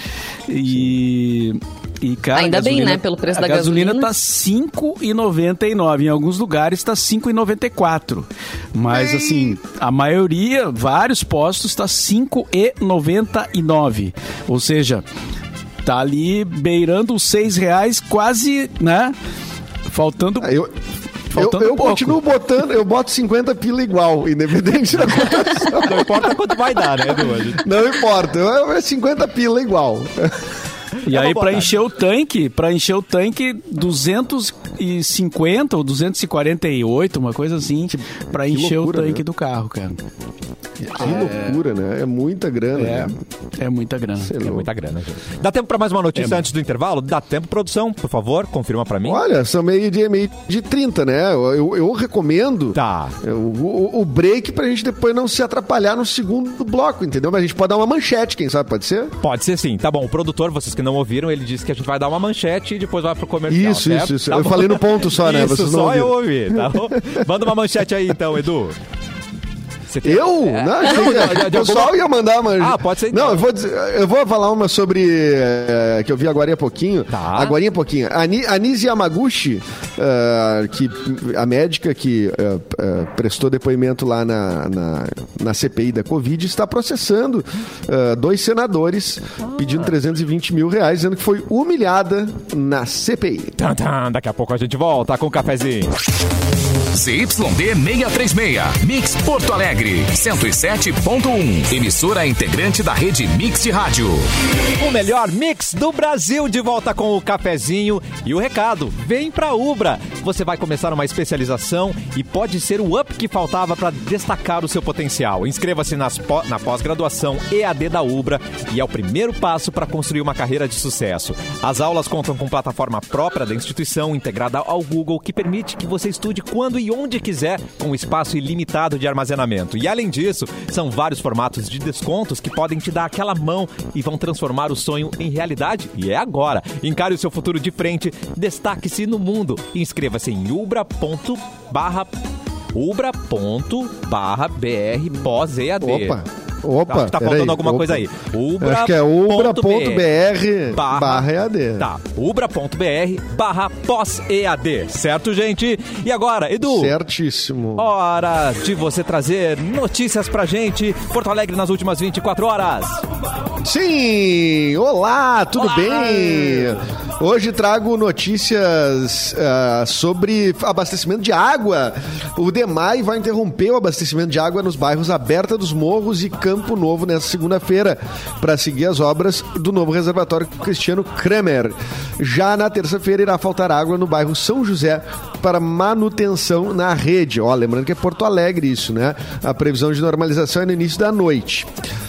E... E, cara, ainda gasolina, bem, né? Pelo preço a da gasolina. A gasolina tá cinco reais e noventa e nove. Em alguns lugares tá cinco reais e noventa e quatro. Mas, Ei. assim, a maioria, vários postos, tá cinco reais e noventa e nove. Ou seja, tá ali beirando os seis reais, quase, né? Faltando... Eu... Eu, eu continuo botando, eu boto cinquenta pila igual, independente da cotação. Não importa quanto vai dar, né, Eduardo? Não importa, eu, é cinquenta pila igual. E é aí, para encher o tanque, para encher o tanque, duzentos e cinquenta ou duzentos e quarenta e oito, uma coisa assim, para encher loucura, o tanque, né? Do carro, cara. Que é... loucura, né? É muita grana. É, né? é muita grana. É, é muita grana, gente. Dá tempo para mais uma notícia é, antes do intervalo? Dá tempo, produção, por favor, confirma para mim. Olha, são meio-dia, meio de trinta, né? Eu, eu, eu recomendo tá. o, o, o break pra gente depois não se atrapalhar no segundo bloco, entendeu? Mas a gente pode dar uma manchete, quem sabe, pode ser? Pode ser sim. Tá bom, o produtor, vocês que não ouviram, ele disse que a gente vai dar uma manchete e depois vai pro comercial. Isso, certo? isso, isso. Tá eu bom? falei no ponto só, né? Isso, vocês não só ouviram. eu ouvi, tá bom? Manda uma manchete aí então, Edu. Tem... Eu? É. Não, não, o pessoal alguma... ia mandar uma... Ah, pode ser então. Não, eu vou, dizer, eu vou falar uma sobre... É, que eu vi agora há pouquinho. Tá. Agora há pouquinho. A Anise Yamaguchi, uh, que, a médica que uh, uh, prestou depoimento lá na, na, na C P I da Covid, está processando uh, dois senadores, ah. pedindo trezentos e vinte mil reais, dizendo que foi humilhada na C P I. Tum, tum. Daqui a pouco a gente volta com o cafezinho. Z Y D seiscentos e trinta e seis, Mix Porto Alegre, cento e sete ponto um, emissora integrante da rede Mix de Rádio. O melhor mix do Brasil, de volta com o cafezinho e o recado, vem pra Ubra. Você vai começar uma especialização e pode ser o up que faltava para destacar o seu potencial. Inscreva-se nas pó- na pós-graduação E A D da Ubra e é o primeiro passo para construir uma carreira de sucesso. As aulas contam com plataforma própria da instituição, integrada ao Google, que permite que você estude quando e onde quiser, com espaço ilimitado de armazenamento. E além disso, são vários formatos de descontos que podem te dar aquela mão e vão transformar o sonho em realidade. E é agora. Encare o seu futuro de frente, destaque-se no mundo. Inscreva-se em ubra ponto barra ubra ponto barra br pós E A D. Opa! Opa, tá, tá faltando aí, alguma opa. coisa aí. Ubra. Acho que é ubra.br barra, barra E A D. Tá, ubra.br barra pós-E A D, certo, gente? E agora, Edu? Certíssimo. Hora de você trazer notícias pra gente. Porto Alegre nas últimas vinte e quatro horas. Sim! Olá, tudo Olá. bem? Hoje trago notícias uh, sobre abastecimento de água. O DEMAI vai interromper o abastecimento de água nos bairros Aberta dos Morros e Campo Novo nesta segunda-feira para seguir as obras do novo reservatório Cristiano Kramer. Já na terça-feira irá faltar água no bairro São José para manutenção na rede. Ó, lembrando que é Porto Alegre isso, né? A previsão de normalização é no início da noite.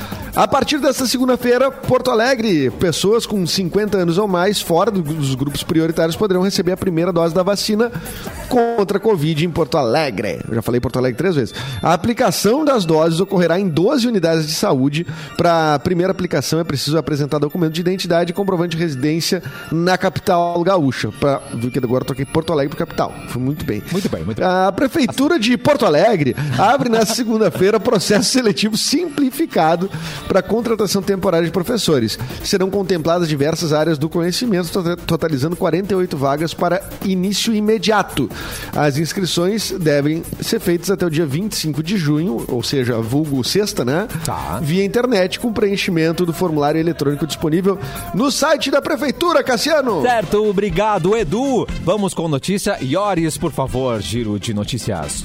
A partir desta segunda-feira, Porto Alegre, pessoas com cinquenta anos ou mais fora dos grupos prioritários poderão receber a primeira dose da vacina contra a Covid em Porto Alegre. Eu já falei Porto Alegre três vezes. A aplicação das doses ocorrerá em doze unidades de saúde. Para a primeira aplicação é preciso apresentar documento de identidade e comprovante de residência na capital gaúcha. Pra, viu que agora eu toquei Porto Alegre para capital. Foi muito bem. Muito bem, muito bem. A Prefeitura de Porto Alegre abre nesta segunda-feira processo seletivo simplificado para a contratação temporária de professores. Serão contempladas diversas áreas do conhecimento, totalizando quarenta e oito vagas para início imediato. As inscrições devem ser feitas até o dia vinte e cinco de junho, ou seja, vulgo sexta, né? Tá. Via internet, com preenchimento do formulário eletrônico disponível no site da Prefeitura, Cassiano. Certo, obrigado, Edu. Vamos com notícia. Iores, por favor, giro de notícias.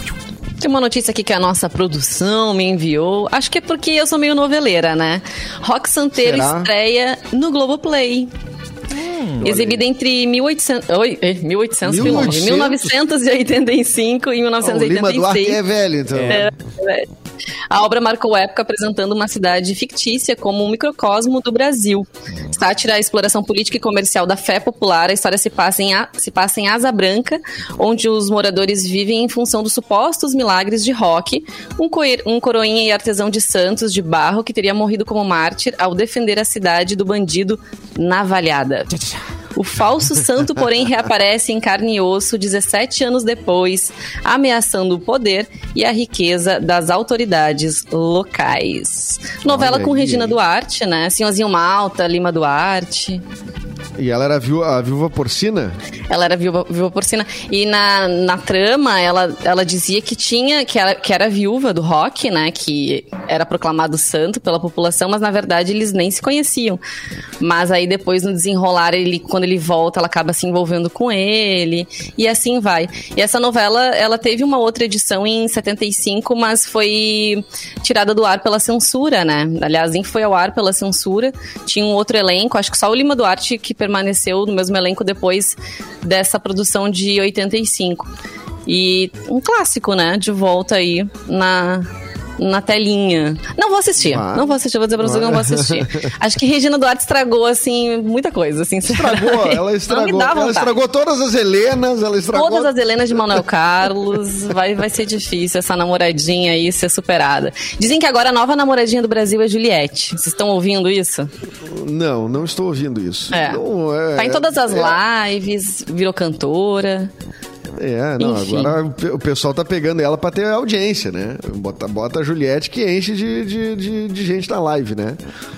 Tem uma notícia aqui que a nossa produção me enviou. Acho que é porque eu sou meio noveleira, né? Rock Santeiro Será? Estreia no Globoplay. Hum, Exibida entre mil e oitocentos, oi, mil e oitocentos, mil e oitocentos? mil novecentos e oitenta e cinco e mil novecentos e oitenta e seis. O Lima Duarte é velho, então. É, é. A obra marcou época apresentando uma cidade fictícia como um microcosmo do Brasil. Sátira à exploração política e comercial da fé popular, a história se passa, em a, se passa em Asa Branca, onde os moradores vivem em função dos supostos milagres de Rock, um, coer, um coroinha e artesão de Santos de barro que teria morrido como mártir ao defender a cidade do bandido Navalhada. O falso santo, porém, reaparece em carne e osso dezessete anos depois, ameaçando o poder e a riqueza das autoridades locais. Novela Olha com aí, Regina hein? Duarte, né? Senhorzinho Malta, Lima Duarte. E ela era a viúva, a viúva porcina? Ela era viúva, viúva porcina. E na, na trama, ela, ela dizia que tinha, que era, que era viúva do Rock, né? Que era proclamado santo pela população, mas na verdade eles nem se conheciam. Mas aí depois, no desenrolar, ele, quando ele volta, ela acaba se envolvendo com ele. E assim vai. E essa novela, ela teve uma outra edição em setenta e cinco, mas foi tirada do ar pela censura, né? Aliás, nem foi ao ar pela censura. Tinha um outro elenco, acho que só o Lima Duarte que permaneceu no mesmo elenco depois dessa produção de oitenta e cinco. E um clássico, né? De volta aí na, na telinha. Não vou assistir, Ah. não vou assistir, vou dizer pra você que não vou assistir. Acho que Regina Duarte estragou, assim, muita coisa, assim. Estragou, ela estragou. Ela estragou todas as Helenas, ela estragou... Todas as Helenas de Manuel Carlos. Vai, vai ser difícil essa namoradinha aí ser superada. Dizem que agora a nova namoradinha do Brasil é Juliette. Vocês estão ouvindo isso? Não, não estou ouvindo isso. É. Não, é tá em todas as é, lives, virou cantora. É, não, Enfim. agora o pe- o pessoal tá pegando ela pra ter audiência, né? Bota, bota a Juliette que enche de, de, de, de gente na live, né?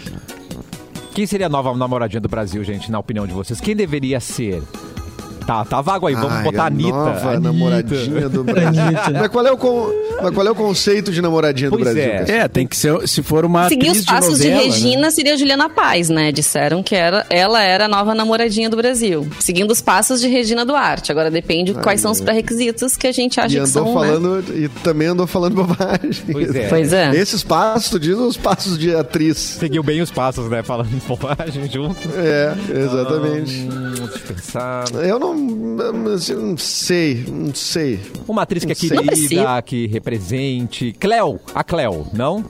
Quem seria a nova namoradinha do Brasil, gente, na opinião de vocês? Quem deveria ser? Tá, tá vago aí, vamos Ai, botar a Anitta. nova Anitta. namoradinha do Brasil. mas, qual é o con... mas qual é o conceito de namoradinha Pois do Brasil? é. Cassiano? É, tem que ser, se for uma Seguir atriz os passos de, de, novela, Regina né? seria Juliana Paz, né? Disseram que era, ela era a nova namoradinha do Brasil. Seguindo os passos de Regina Duarte. Agora depende quais são os pré-requisitos que a gente acha E que andou são, né? falando, e também andou falando bobagem. Pois é. Pois é. Esses passos, tu diz os passos de atriz. Seguiu bem os passos, né? Falando bobagem junto. É, exatamente. Hum, deixa eu pensar. Eu não, assim, não sei, não sei. Uma atriz que é Não sei. Não querida, precisa. que represente. Cleo, a Cleo, não?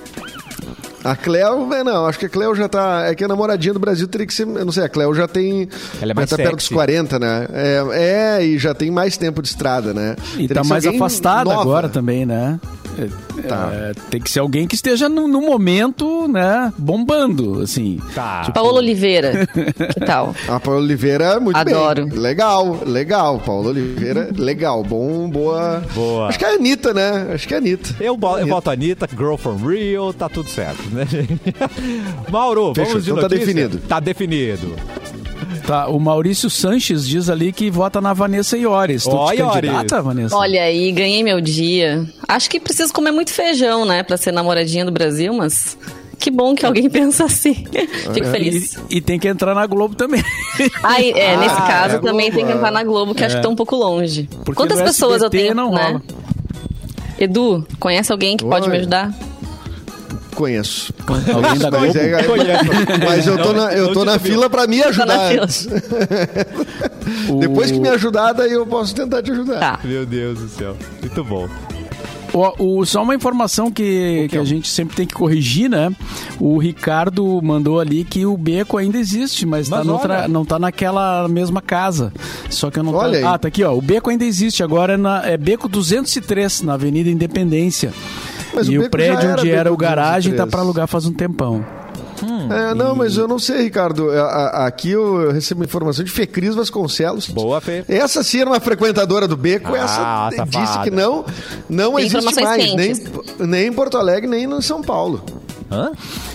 A Cleo, é, não, acho que a Cleo já tá. É que a namoradinha do Brasil teria que ser. Eu não sei, a Cleo já tem. Ela é mais já tá perto sexy. dos quarenta, né? É, é, e já tem mais tempo de estrada, né? E Teria tá que ser mais alguém afastada nova. agora também, né? Tá. É, tem que ser alguém que esteja no, no momento, né, bombando, assim. Tá. Tipo, Paola Oliveira, que tal? A Paola Oliveira, muito Adoro. bem. Legal, legal. Paola Oliveira, legal. Bom, boa. Boa. Acho que é a Anitta, né? Acho que é a Anitta. Eu, bo- eu Anitta. voto a Anitta, Girl from Rio, tá tudo certo, né, gente? Mauro, Fechou, vamos de então tá notícia? definido. Tá definido. Tá, o Maurício Sanches diz ali que vota na Vanessa Iores. Tu Ó, te Iores. candidata, Vanessa? Olha aí, ganhei meu dia. Acho que preciso comer muito feijão, né, pra ser namoradinha do Brasil, mas que bom que alguém pensa assim. Fico feliz. E, e tem que entrar na Globo também. Ai, é, nesse Ah, caso é também Globo, tem que é. entrar na Globo, que acho que tá um pouco longe. Porque Quantas no pessoas S B T eu tenho, não né? rola. Edu, conhece alguém que pode Oi. me ajudar? Conheço. Alguém da Globo? Mas, é, mas eu tô na, eu tô na fila pra me Tá ajudar na fila. antes. O- Depois que me ajudar, daí eu posso tentar te ajudar. Tá. Meu Deus do céu. Muito bom. O, o- só uma informação que, que a gente sempre tem que corrigir, né? O Ricardo mandou ali que o beco ainda existe, mas, Mas tá noutra- olha. não tá naquela mesma casa. Só que eu não tô- Olha aí. Ah, tá aqui, ó. O beco ainda existe, agora é, na, é Beco duzentos e três, na Avenida Independência. Mas e o o, beco prédio já era onde era Beco o garagem tá duzentos e três. pra alugar faz um tempão. É, não, mas eu não sei, Ricardo. A- a- Aqui eu recebo informação de Fecris Vasconcelos. Boa, Fê. Essa sim era uma frequentadora do Beco. Ah, essa disse safada. que não, não Tem existe informações mais. Nem, quentes. nem em Porto Alegre, nem em São Paulo. Hã?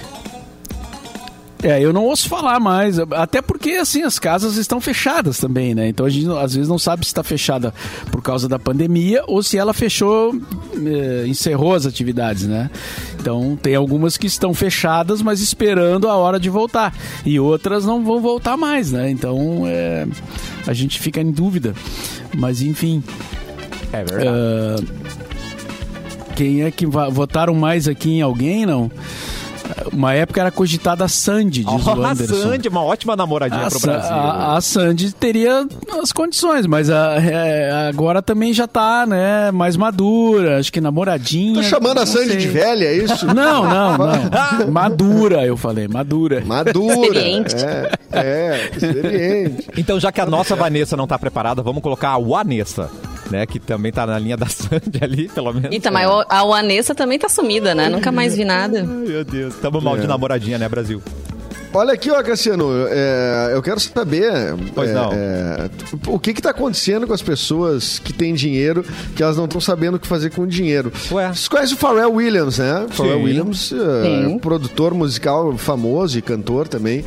É, eu não ouço falar mais, até porque, assim, as casas estão fechadas também, né? Então a gente, às vezes, não sabe se está fechada por causa da pandemia ou se ela fechou, eh, encerrou as atividades, né? Então, tem algumas que estão fechadas, mas esperando a hora de voltar. E outras não vão voltar mais, né? Então, é, a gente fica em dúvida. Mas, enfim... É verdade. ah, quem é que va- votaram mais aqui em alguém, não? Uma época era cogitada a Sandy, diz o Oh, a Anderson. Sandy, uma ótima namoradinha A, pro Sa- Brasil. a, a Sandy teria as condições, mas a- é, agora também já tá, né, mais madura, acho que namoradinha. Tá chamando a não Sandy sei. de velha, é isso? Não, não, não. Madura, eu falei, madura. Madura. Experiente. É, é, experiente. Então, já que a nossa Vanessa não tá preparada, vamos colocar a Vanessa, né? Que também tá na linha da Sandy ali, pelo menos. Eita, mas o- a Vanessa também tá sumida, né? Nunca mais vi nada. Ai, meu Deus. Tamo mal de É. namoradinha, né, Brasil? Olha aqui, ó, Cassiano, é, eu quero saber Pois é, não. é, o que que tá acontecendo com as pessoas que têm dinheiro, que elas não estão sabendo o que fazer com o dinheiro. Ué. Você conhece o Pharrell Williams, né? Pharrell Sim. Williams, é, Sim. produtor musical famoso e cantor também.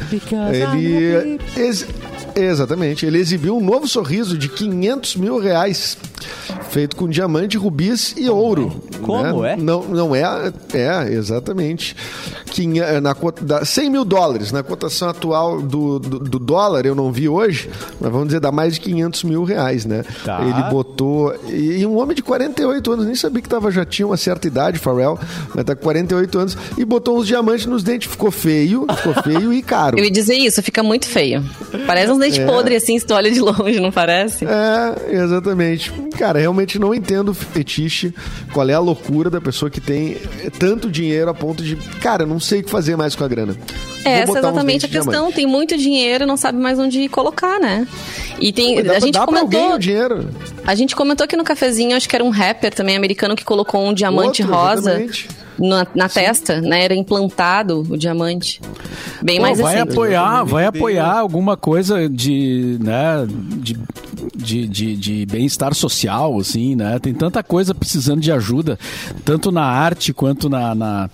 Ele... ex- Exatamente. Ele exibiu um novo sorriso de quinhentos mil reais, feito com diamante, rubis e ouro. Como né? é? Não, não é, é, exatamente. Quinhe- na cota, da, cem mil dólares, na cotação atual do, do, do dólar, eu não vi hoje, mas vamos dizer, dá mais de quinhentos mil reais, né? Tá. Ele botou... E, e um homem de quarenta e oito anos, nem sabia que tava, já tinha uma certa idade, Pharrell, mas tá com quarenta e oito anos, e botou uns diamantes nos dentes. Ficou feio, ficou feio e caro. Eu ia dizer isso, fica muito feio. Parece uns dentes É. podres assim, se tu olha de longe, não parece? É, exatamente. Cara, realmente não entendo o fetiche, qual é a loucura da pessoa que tem tanto dinheiro a ponto de, cara, eu não sei o que fazer mais com a grana. Vou É, essa é botar uns exatamente a dentes de questão. diamante. Tem muito dinheiro e não sabe mais onde colocar, né? E tem. Dá, a gente dá pra alguém comentou. o dinheiro. A gente comentou aqui no cafezinho, acho que era um rapper também americano que colocou um diamante Outro, rosa exatamente. na, na testa, né? Era implantado o diamante. Bem Pô, mais vai recente. apoiar, vai apoiar alguma coisa de, né, de, de, de, de bem-estar social, assim, né? Tem tanta coisa precisando de ajuda, tanto na arte quanto na, na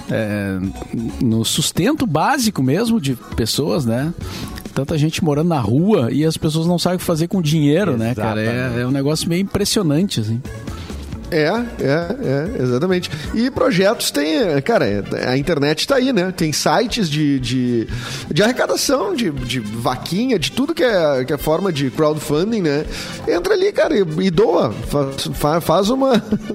é, no sustento básico mesmo de pessoas, né? Tanta gente morando na rua e as pessoas não sabem o que fazer com dinheiro, né, cara? É, é um negócio meio impressionante, assim. É, é, é, exatamente. E projetos tem, cara, a internet tá aí, né? Tem sites de, de, de arrecadação, de, de vaquinha, de tudo que é, que é forma de crowdfunding, né? Entra ali, cara, e, e doa. Faz, fa- faz uma.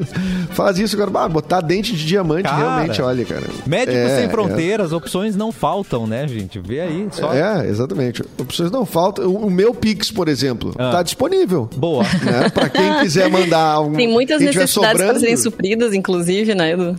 Faz isso, cara. Ah, botar dente de diamante, Cara, realmente, olha, cara. Médicos É, Sem é. Fronteiras, opções não faltam, né, gente? Vê aí, só... É, exatamente. Opções não faltam. O, o meu Pix, por exemplo, Ah. tá disponível. Boa. Né? Pra quem quiser mandar um. Tem muitas quem tiver necessidades para sobrando. serem supridas, inclusive, né, Edu?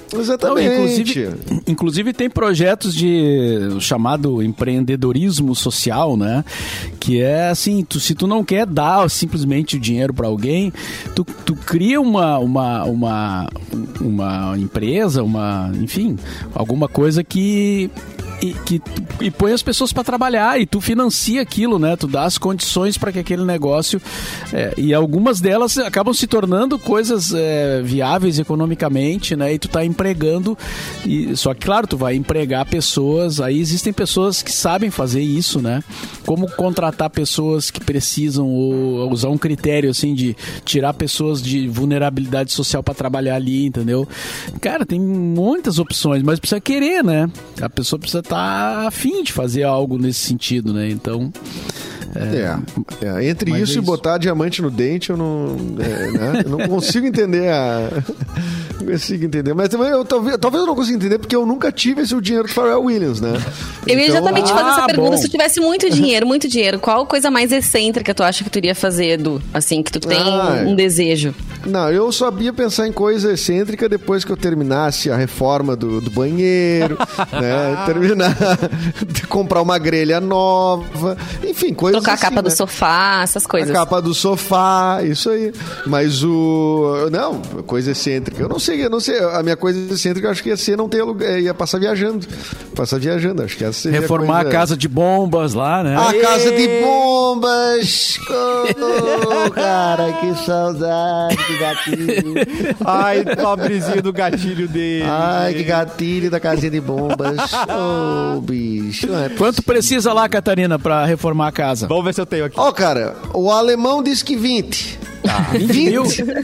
Exatamente. Não, inclusive, inclusive tem projetos de chamado empreendedorismo social, né? Que é assim, tu, se tu não quer dar simplesmente o dinheiro para alguém, tu, tu cria uma, uma, uma, uma empresa, uma, enfim, alguma coisa que... E, que, e põe as pessoas para trabalhar e tu financia aquilo, né? Tu dá as condições para que aquele negócio... É, e algumas delas acabam se tornando coisas é, viáveis economicamente, né? E tu tá empregando... E, só que, claro, tu vai empregar pessoas... Aí existem pessoas que sabem fazer isso, né? Como contratar pessoas que precisam ou usar um critério, assim, de tirar pessoas de vulnerabilidade social para trabalhar ali, entendeu? Cara, tem muitas opções, mas precisa querer, né? A pessoa precisa tá afim de fazer algo nesse sentido, né? Então... É, é, é. Entre isso, é isso e botar diamante no dente, eu não, é, né? eu não consigo entender a... Não consigo entender. Mas também, eu, talvez, talvez eu não consiga entender, porque eu nunca tive esse o dinheiro do Pharrell Williams, né? Eu ia então... exatamente fazer ah, essa pergunta. bom. Se tu tivesse muito dinheiro, muito dinheiro, qual coisa mais excêntrica tu acha que tu iria fazer, Edu? Assim, que tu tem ah, um desejo? Não, eu sabia pensar em coisa excêntrica depois que eu terminasse a reforma do, do banheiro, né? Terminar de comprar uma grelha nova, enfim, coisas Trocar assim, a capa né? do sofá, essas coisas. A capa do sofá, isso aí. Mas o... Não, coisa excêntrica. Eu não sei, eu não sei. A minha coisa excêntrica eu acho que ia ser não ter lugar, ia passar viajando. Passar viajando, acho que essa seria Reformar a, coisa... a casa de bombas lá, né? A casa de bombas! Oh, cara, que saudade do gatilho. Ai, pobrezinho do gatilho dele. Ai, que gatilho da casinha de bombas. Oh, bicho. Não é Quanto precisa lá, Catarina, pra reformar a casa? Vamos ver se eu tenho aqui. Ó, oh, cara, o alemão disse que vinte. Tá, vinte mil?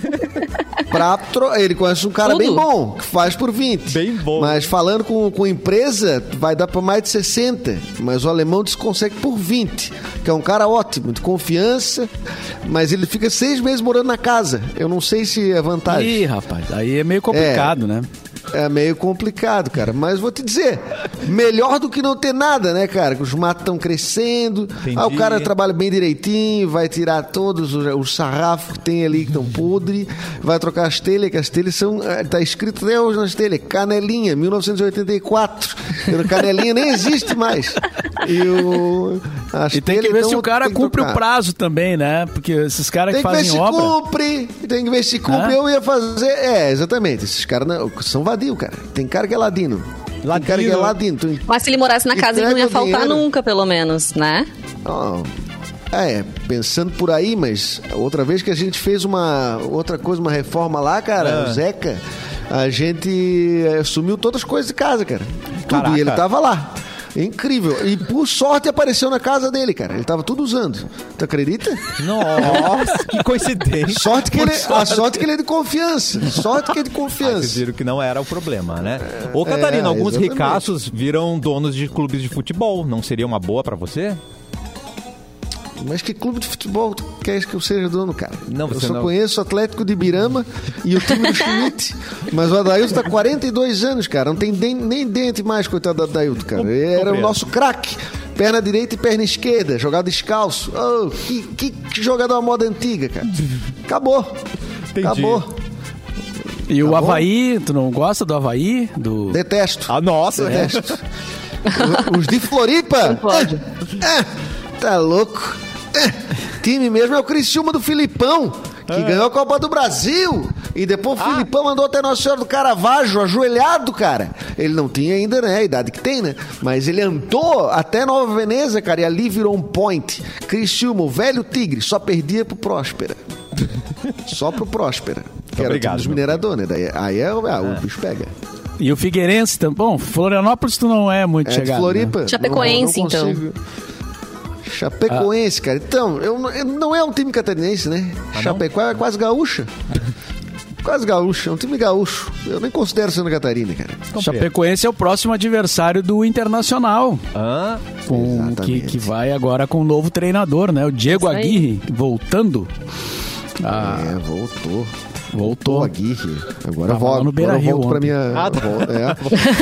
Pra tro... Ele conhece um cara Tudo? bem bom, que faz por vinte. Bem bom. Mas falando com, com empresa, vai dar pra mais de sessenta. Mas o alemão diz que consegue por vinte. Que é um cara ótimo, de confiança. Mas ele fica seis meses morando na casa. Eu não sei se é vantagem. Ih, rapaz, aí é meio complicado, É. né? É meio complicado, cara. Mas vou te dizer, melhor do que não ter nada, né, cara? Que os matos estão crescendo. Entendi. Ah, o cara trabalha bem direitinho, vai tirar todos os, os sarrafos que tem ali que estão podres, vai trocar as telhas, que as telhas são... Tá escrito até hoje nas telhas, Canelinha, mil novecentos e oitenta e quatro. Canelinha nem existe mais. E, o, as E tem que telhas, ver então, se o cara tem que cumpre trocar. o prazo também, né? Porque esses caras que Tem que ver fazem se obra... cumpre, tem que ver se cumpre. É? Eu ia fazer. É, exatamente. Esses caras não- são vadio, cara. Tem cara que é ladino. Tem cara que é Ladino. ladino. Tu- Mas se ele morasse na casa, ele não ia Entrega o faltar dinheiro. nunca, pelo menos, né? Ó, é, pensando por aí, mas outra vez que a gente fez uma outra coisa, uma reforma lá, cara, Ah. o Zeca, a gente é, sumiu todas as coisas de casa, cara. Tudo. Caraca. E ele tava lá. Incrível. E por sorte apareceu na casa dele, cara. Ele tava tudo usando. Tu acredita? Nossa, que coincidência. Sorte que ele, a sorte que ele é de confiança. Sorte que é de Ah, vocês confiança. viram que não era o problema, né? Ô, Catarina, é, alguns exatamente. ricaços viram donos de clubes de futebol. Não seria uma boa pra você? Mas que clube de futebol tu queres que eu seja dono, cara? Não, eu você só não. conheço o Atlético de Birama e o time do Schmidt. Mas o Adailton tá quarenta e dois anos, cara. Não tem den- nem dente mais, coitado do Adailton, cara. Ele era o Compreendo. nosso craque. Perna direita e perna esquerda. Jogava descalço. Oh, que, que, que jogador à moda antiga, cara. Acabou. Entendi. Acabou. E o Tá bom? Havaí, tu não gosta do Havaí? Do... Detesto. Ah, nossa. Detesto. Os de Floripa. Não pode. É, é, tá louco. É, time mesmo é o Criciúma do Filipão, que ganhou a Copa do Brasil. E depois o Filipão mandou até Nossa Senhora do Caravaggio, ajoelhado, cara. Ele não tinha ainda, né, a idade que tem, né? Mas ele andou até Nova Veneza, cara, e ali virou um point. Criciúma, o velho tigre, só perdia pro Próspera. Só pro Próspera. Que era o Obrigado, time dos meu mineradores, né? Daí, aí é, ah, o bicho pega. E o Figueirense também. Bom, Florianópolis tu não é muito É de chegado. Floripa. Né? Chapecoense, Não- não consigo. Chapecoense, cara. Então, eu, não- eu- não é um time catarinense, né? Chapecoense é quase gaúcha. Quase gaúcha, é um time gaúcho. Eu nem considero Santa Catarina, cara. Chapecoense é o próximo adversário do Internacional. Ah, Com, que, Exatamente. que vai agora com um novo treinador, né? O Diego Isso aí. Aguirre, voltando. Ah, É, voltou. voltou. Pô, Aguirre. Agora eu Tava lá volto, no agora eu Beira-Rio volto pra ontem. minha... Ah, tá. vol- é.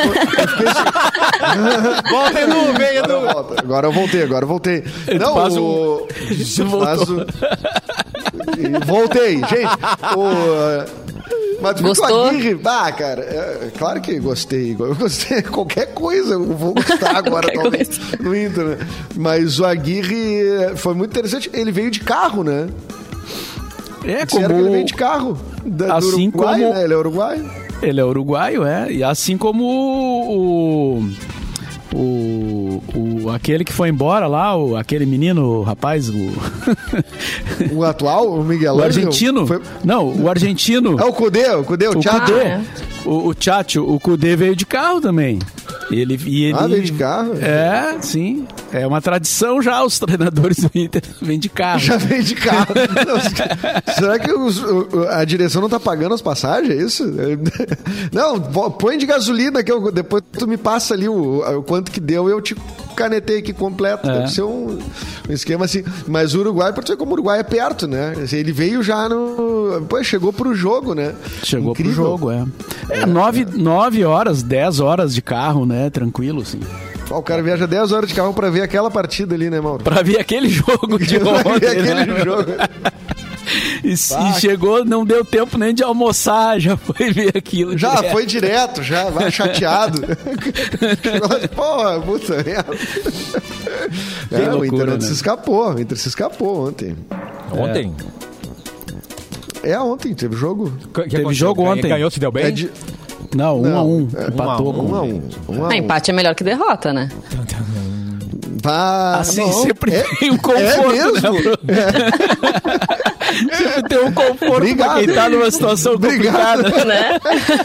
volta, Edu, vem, Agora eu Edu. volto. Agora eu voltei, agora eu voltei. Ele Não, faz o... Isso faz voltou. o- Voltei, gente. O... Mas Gostou? Aguirre, ah, cara, é, claro que gostei. Eu gostei de qualquer coisa, eu vou gostar agora talvez no Inter, né? Mas o Aguirre foi muito interessante. Ele veio de carro, né? É, Disseram como... que ele veio de carro. Da, assim do Uruguai, como... né? Ele é uruguaio. Ele é uruguaio, é. E assim como o... O, o, aquele que foi embora lá, o, aquele menino, o rapaz, o... O atual, o Miguel O argentino. Foi... Não, o argentino. É o Cudê, o Cudê, o, o Tchacho. Ah, é. O, o Tchacho, o Cudê veio de carro também. Ele, e ele, ah, veio de carro? É, sim. É uma tradição já, os treinadores do Inter vêm de carro. Já vem de carro. Não, será que os, a direção não tá pagando as passagens? É isso? Não, põe de gasolina que eu, depois tu me passa ali o, o quanto que deu e eu te canetei aqui completo. É. Deve ser um, um esquema assim. Mas o Uruguai, porque como o Uruguai é perto, né? Ele veio já no... Pô, chegou pro jogo, né? Chegou Incrível. pro jogo, é. É, é nove, é. nove horas, dez horas de carro, né? Tranquilo, assim. O cara viaja dez horas de carro pra ver aquela partida ali, né, Mauro? Pra ver aquele jogo de ontem, ver aquele né? jogo. E, e chegou, não deu tempo nem de almoçar, já foi ver aquilo. Já direto. foi direto, já, vai chateado. Porra, puta merda. É, loucura, o Inter né? se escapou, o Inter se escapou ontem. Ontem? É, é ontem, teve jogo. Que teve jogo ontem. Ganhou, se deu bem? É de... Não, um não, a um. É, empatou. Um a um. um, a um. Ah, empate é melhor que derrota, né? Bah, assim, não, sempre é, tem um conforto, é mesmo? né? É. Sempre tem um conforto Obrigado. pra quem tá numa situação Obrigado. complicada. Né?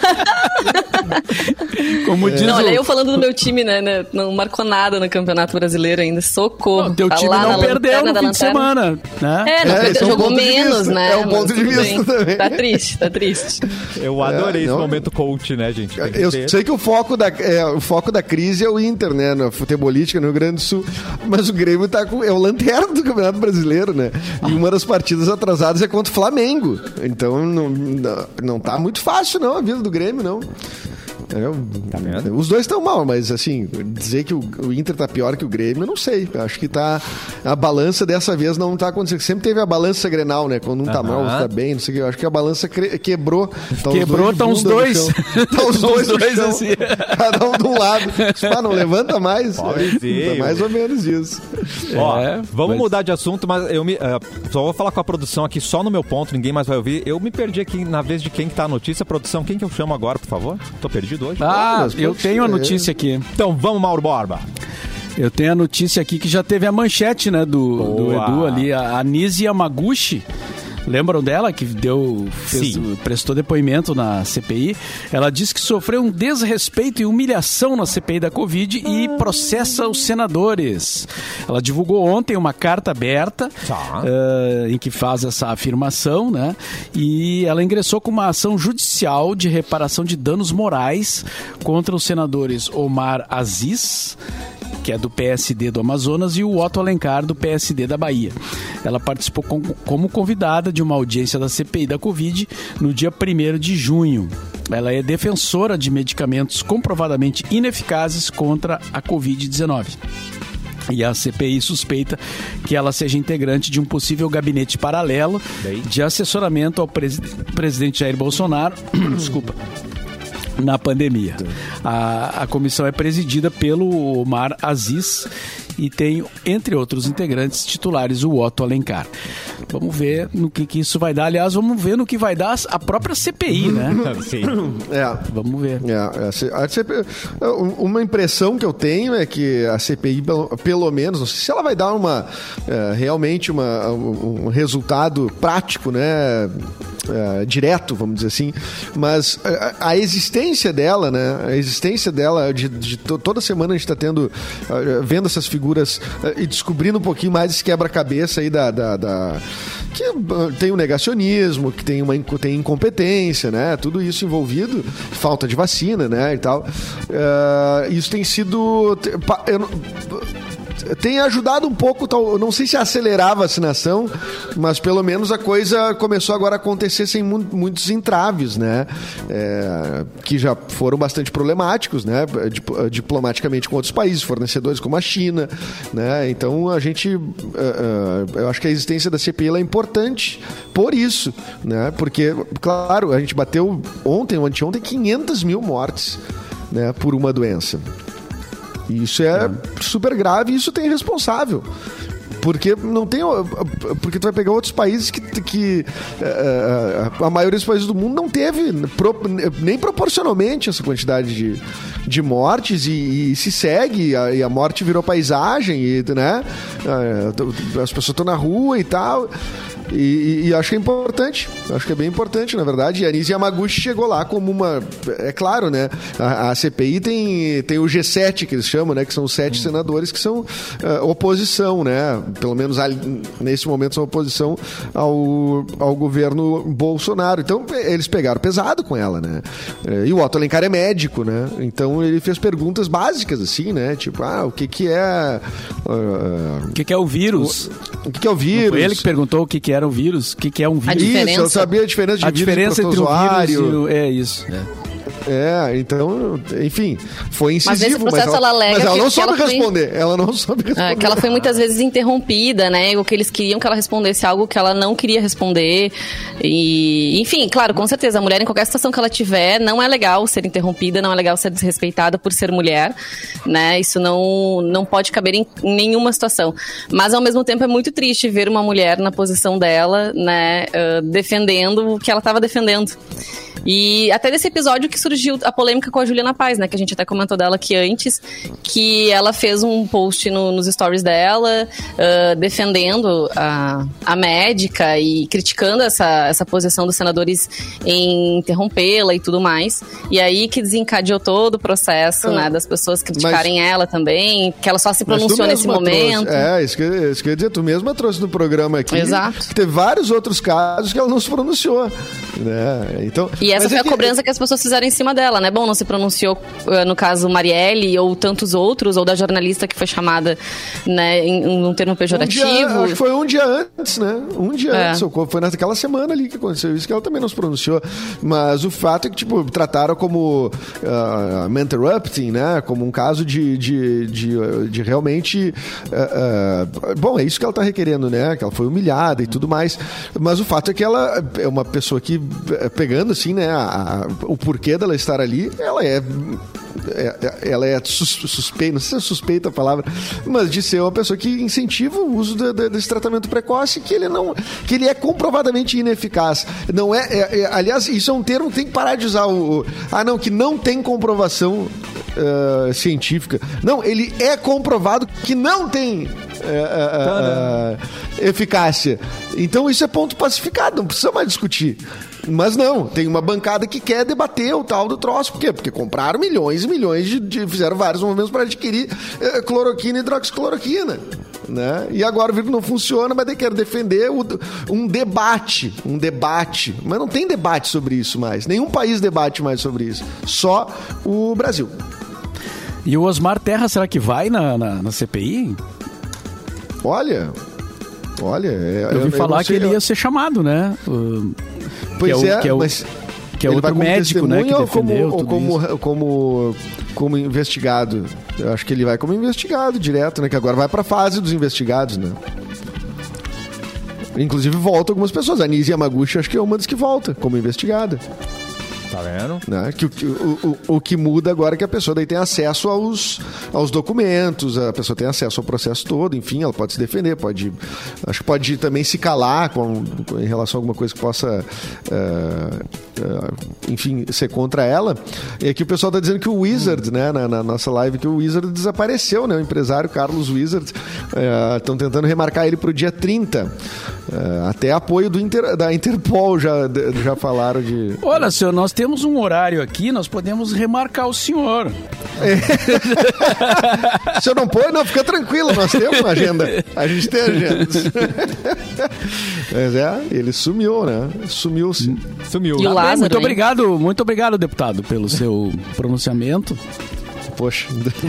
Como diz Não, o... olha, eu falando do meu time, né, né? Não marcou nada no Campeonato Brasileiro ainda. Socorro. Não, teu Tá time lá não na perdeu no da fim de semana, né? É, não É, perdeu, esse é um jogou ponto de menos, vista. né? É um ponto Mas de tudo vista bem. também. Tá triste, tá triste. Eu adorei É, esse não. momento coach, né, gente? Tem que Eu ter. sei que o foco, da, é, o foco da crise é o Inter, né? Na futebolística, no Rio Grande do Sul. Mas o Grêmio tá com, é o lanterna do Campeonato Brasileiro, né? E uma das partidas atrasadas é contra o Flamengo. Então não, não, não tá muito fácil, não, a vida do Grêmio, não. É, Tá vendo? os dois estão mal, mas assim, dizer que o, o Inter tá pior que o Grêmio, eu não sei. Eu acho que tá. A balança dessa vez não tá acontecendo. Sempre teve a balança Grenal, né? Quando um tá Aham. mal, outro tá bem, não sei o que. Eu acho que a balança cre- quebrou. Tá Quebrou, estão os dois. Estão os dois, Os dois no chão, assim. cada um de um lado. Ah, não levanta mais. Pobrezinho. É, tá mais ou menos isso. Ó, É, vamos mas- mudar de assunto, mas eu me, uh, só vou falar com a produção aqui só no meu ponto, ninguém mais vai ouvir. Eu me perdi aqui na vez de quem que tá a notícia. Produção, quem que eu chamo agora, por favor? Tô perdido hoje. Ah, Mas eu pode tenho a ser. notícia aqui. Então vamos, Mauro Borba. Eu tenho a notícia aqui que já teve a manchete, né, do, do Boa. Edu ali, a Anise Yamaguchi. Lembram dela que deu, fez- Sim. prestou depoimento na C P I? Ela disse que sofreu um desrespeito e humilhação na C P I da Covid e processa os senadores. Ela divulgou ontem uma carta aberta Tá. eh, em que faz essa afirmação, né? E ela ingressou com uma ação judicial de reparação de danos morais contra os senadores Omar Aziz, que é do P S D do Amazonas, e o Otto Alencar, do P S D da Bahia. Ela participou com, como convidada de uma audiência da C P I da Covid no dia primeiro de junho. Ela é defensora de medicamentos comprovadamente ineficazes contra a covid dezenove. E a C P I suspeita que ela seja integrante de um possível gabinete paralelo Daí? de assessoramento ao presi- presidente Jair Bolsonaro. Desculpa. Na pandemia. A, a comissão é presidida pelo Omar Aziz e tem, entre outros integrantes titulares, o Otto Alencar. Vamos ver no que, que isso vai dar. Aliás, vamos ver no que vai dar a própria C P I, né? Sim. É. Vamos ver. É, a C- a C P I, uma impressão que eu tenho é que a C P I, pelo, pelo menos, não sei se ela vai dar uma é, realmente uma, um, um resultado prático, né? É, direto, vamos dizer assim, mas a, a existência dela, né? A existência dela, de, de to, toda semana a gente está tendo, uh, vendo essas figuras uh, e descobrindo um pouquinho mais esse quebra-cabeça aí da, da, da que uh, tem o negacionismo, que tem uma inco- tem incompetência, né? Tudo isso envolvido, falta de vacina, né? E tal. Uh, isso tem sido te- pa- eu não- tem ajudado um pouco, tal, não sei se acelerar a vacinação, mas pelo menos a coisa começou agora a acontecer sem mu- muitos entraves, né? É, que já foram bastante problemáticos, né? Dip- diplomaticamente com outros países, fornecedores como a China, né? Então a gente, uh, uh, eu acho que a existência da C P I ela é importante por isso, né? Porque, claro, a gente bateu ontem ou anteontem quinhentas mil mortes, né? Por uma doença. E isso é super grave e isso tem responsável. Porque não tem. Porque tu vai pegar outros países que, que uh, a maioria dos países do mundo não teve pro, nem proporcionalmente essa quantidade de, de mortes e, e se segue, a, e a morte virou paisagem, e, né? Uh, as pessoas estão na rua e tal. E, e, e acho que é importante, acho que é bem importante, na verdade. E a Nise Yamaguchi chegou lá como uma. É claro, né? A, a C P I tem, tem o G sete, que eles chamam, né? Que são os sete hum. senadores que são uh, oposição, né? Pelo menos ali, nesse momento são oposição ao, ao governo Bolsonaro. Então eles pegaram pesado com ela, né? E o Otto Alencar é médico, né? Então ele fez perguntas básicas, assim, né? Tipo, ah, o que que é. Uh, o que que é o vírus? O, o que que é o vírus? Não foi ele que perguntou o que que era o vírus? O que que é um vírus? Isso, eu sabia a diferença de a vírus diferença e entre o vírus e o... É isso, é. É, então, enfim, foi incisivo, mas, nesse processo mas ela, ela, alega mas ela que, não que soube ela responder. Foi, ela não soube responder. É, que ela foi muitas vezes interrompida, né? O que eles queriam que ela respondesse algo que ela não queria responder. E, enfim, claro, com certeza, a mulher em qualquer situação que ela tiver, não é legal ser interrompida, não é legal ser desrespeitada por ser mulher, né? Isso não, não pode caber em, em nenhuma situação. Mas, ao mesmo tempo, é muito triste ver uma mulher na posição dela, né? Uh, defendendo o que ela estava defendendo. E até desse episódio que surgiu a polêmica com a Juliana Paz, né? Que a gente até comentou dela aqui antes, que ela fez um post no, nos stories dela, uh, defendendo a, a médica e criticando essa, essa posição dos senadores em interrompê-la e tudo mais. E aí que desencadeou todo o processo, ah, né? Das pessoas criticarem mas, ela também, que ela só se pronunciou nesse momento. Trouxe, é, isso que, isso que eu ia dizer, tu mesma trouxe no programa aqui. Exato. Que teve vários outros casos que ela não se pronunciou, né? Então... E essa foi é a que... cobrança que as pessoas fizeram em cima dela, né? Bom, não se pronunciou, no caso, Marielle ou tantos outros, ou da jornalista que foi chamada, né, em um termo pejorativo. Um dia, acho que foi um dia antes, né? Um dia é. antes. Foi naquela semana ali que aconteceu isso, que ela também não se pronunciou. Mas o fato é que, tipo, trataram como uh, interrupting, né? Como um caso de, de, de, de realmente... Uh, uh, bom, é isso que ela tá requerendo, né? Que ela foi humilhada e tudo mais. Mas o fato é que ela é uma pessoa que, pegando, assim, né? A, a, o porquê dela estar ali, ela é, é ela é sus, suspeita, não sei se é suspeita a palavra, mas de ser uma pessoa que incentiva o uso de, de, desse tratamento precoce, que ele não, que ele é comprovadamente ineficaz. Não é, é, é aliás, isso é um termo que tem que parar de usar o, o ah não, que não tem comprovação uh, científica. Não, ele é comprovado que não tem uh, uh, uh, eficácia. Então isso é ponto pacificado, não precisa mais discutir. Mas não, tem uma bancada que quer debater o tal do troço. Por quê? Porque compraram milhões e milhões de, de fizeram vários movimentos para adquirir eh, cloroquina e hidroxicloroquina, né? E agora o vírus não funciona, mas daí quer defender o, um debate, um debate. Mas não tem debate sobre isso mais. Nenhum país debate mais sobre isso. Só o Brasil. E o Osmar Terra, será que vai na, na, na C P I? Olha, olha... Eu ouvi falar que ele ia ser chamado, né? Uh... Pois que é, é, o, que é o, mas que é outro médico, né, que defendeu ou como, ou como, como, como investigado. Eu acho que ele vai como investigado direto, né? Que agora vai pra fase dos investigados, né? Inclusive volta algumas pessoas. A Nise Yamaguchi acho que é uma das que volta como investigada. Tá vendo? Né? Que, o, o, o que muda agora é que a pessoa daí tem acesso aos, aos documentos, a pessoa tem acesso ao processo todo, enfim, ela pode se defender, pode, acho que pode também se calar com, com, em relação a alguma coisa que possa, uh, uh, enfim, ser contra ela. E aqui o pessoal está dizendo que o Wizard, hum. né, na, na nossa live, que o Wizard desapareceu, né? O empresário Carlos Wizard, estão uh, tentando remarcar ele para o dia trinta. Uh, até apoio do Inter, da Interpol já, já falaram de... Olha, senhor, nós temos um horário aqui, nós podemos remarcar o senhor. É. Se eu não pôr, não, fica tranquilo, nós temos uma agenda. A gente tem agenda. Mas é, ele sumiu, né? Sumiu-se. Sumiu. E o Lázaro, muito hein? obrigado, muito obrigado, deputado, pelo seu pronunciamento. Poxa.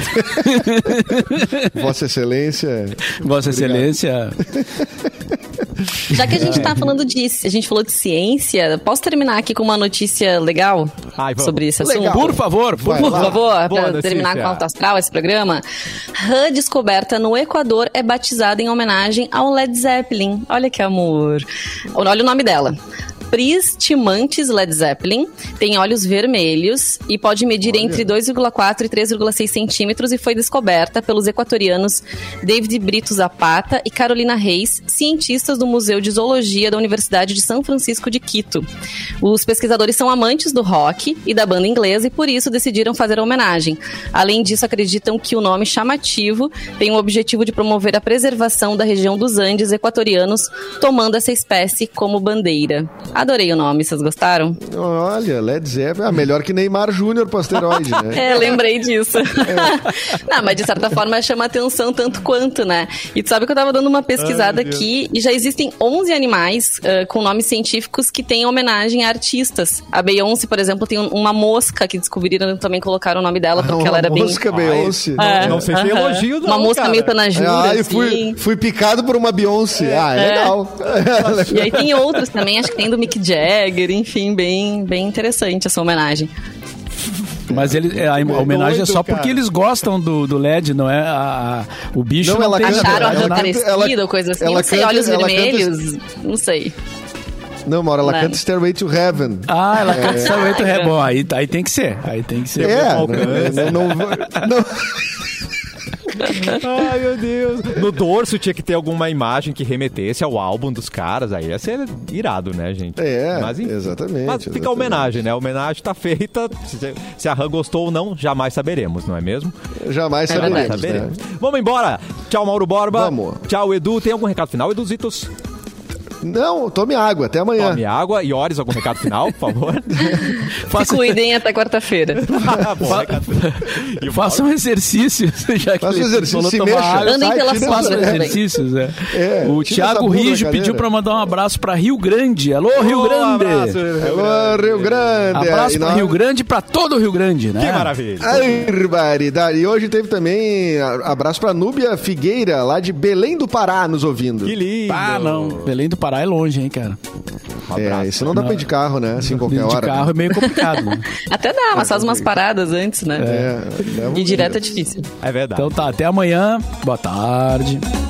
Vossa Excelência. Vossa Excelência. Já que a gente tá falando disso, a gente falou de ciência, posso terminar aqui com uma notícia legal Ai, sobre esse assunto? Legal. Por favor, por Vai Por lá. favor, Boa para notícia. terminar com Alto Astral esse programa. Rã descoberta no Equador é batizada em homenagem ao Led Zeppelin. Olha que amor. Olha o nome dela. Pris Timantes Led Zeppelin tem olhos vermelhos e pode medir Olha. entre dois vírgula quatro e três vírgula seis centímetros e foi descoberta pelos equatorianos David Brito Zapata e Carolina Reis, cientistas do Museu de Zoologia da Universidade de São Francisco de Quito. Os pesquisadores são amantes do rock e da banda inglesa e por isso decidiram fazer a homenagem. Além disso, acreditam que o nome chamativo tem o objetivo de promover a preservação da região dos Andes equatorianos, tomando essa espécie como bandeira. Adorei o nome, vocês gostaram? Olha, Led Zeppelin. Ah, melhor que Neymar Júnior pro asteroide, né? É, lembrei disso. Não, mas de certa forma chama atenção tanto quanto, né? E tu sabe que eu tava dando uma pesquisada Ai, aqui e já existem onze animais uh, com nomes científicos que têm homenagem a artistas. A Beyoncé, por exemplo, tem um- uma mosca que descobriram também colocaram o nome dela porque Uma ela era mosca bem... Beyoncé. É, Não sei se é aham. elogio, não, Uma mosca cara. meio tanajura, Ah, e assim. fui, fui picado por uma Beyoncé. Ah, é, É. legal. E aí tem outros também, acho que tem do Mick Jagger, enfim, bem, bem interessante essa homenagem. Mas ele, a, a homenagem é doido, só cara. porque eles gostam do, do L E D, não é? A, a- o bicho Não, não, ela tem canta, Acharam a ela rã canta- parecida ela- ou coisa assim? ela Não sei, canta- olhos ela vermelhos, não sei. Não, Mauro, ela Né? canta Stairway to Heaven. Ah, ela canta essa letra, é bom. Aí, aí tem que ser. Aí tem que ser. É, alcance. não, não, não, não, Ai, meu Deus. No dorso tinha que ter alguma imagem que remetesse ao álbum dos caras. Aí ia ser irado, né, gente? É, enfim. exatamente, Mas fica a exatamente. homenagem, né? A homenagem tá feita. Se, se a Rã gostou ou não, jamais saberemos, não é mesmo? jamais É saberemos, verdade. né? Saberemos. Vamos embora. Tchau, Mauro Borba. Vamos. Tchau, Edu. Tem algum recado final, Eduzitos? Não, tome água, até amanhã. Tome água. E Ores, algum recado final, por favor? Se cuidem até quarta-feira. Bom, recado final. E o Façam exercícios, já que Faça ele exercício, falou se tomar mexa. água. Andem Sai, pela tira sombra essa- também. Exercícios, é. É, o tira essa Thiago bunda da Rijo cadeira. pediu pra mandar um abraço pra Rio Grande. Alô, Rio Um Grande! abraço, Rio Alô, Grande. Rio Grande. Abraço E pra nós- Rio Grande e pra todo o Rio Grande, né? Que maravilha. Ai, barbaridade. E hoje teve também a- abraço pra Núbia Figueira, lá de Belém do Pará, nos ouvindo. Que lindo. Ah, não. Belém do Pará é longe, hein, cara. Um abraço. É, isso não dá pra ir de carro, né? Assim, qualquer de hora. carro é meio complicado. Né? Até dá, mas faz umas paradas antes, né? É, E direto é difícil. É verdade. Então tá, até amanhã. Boa tarde.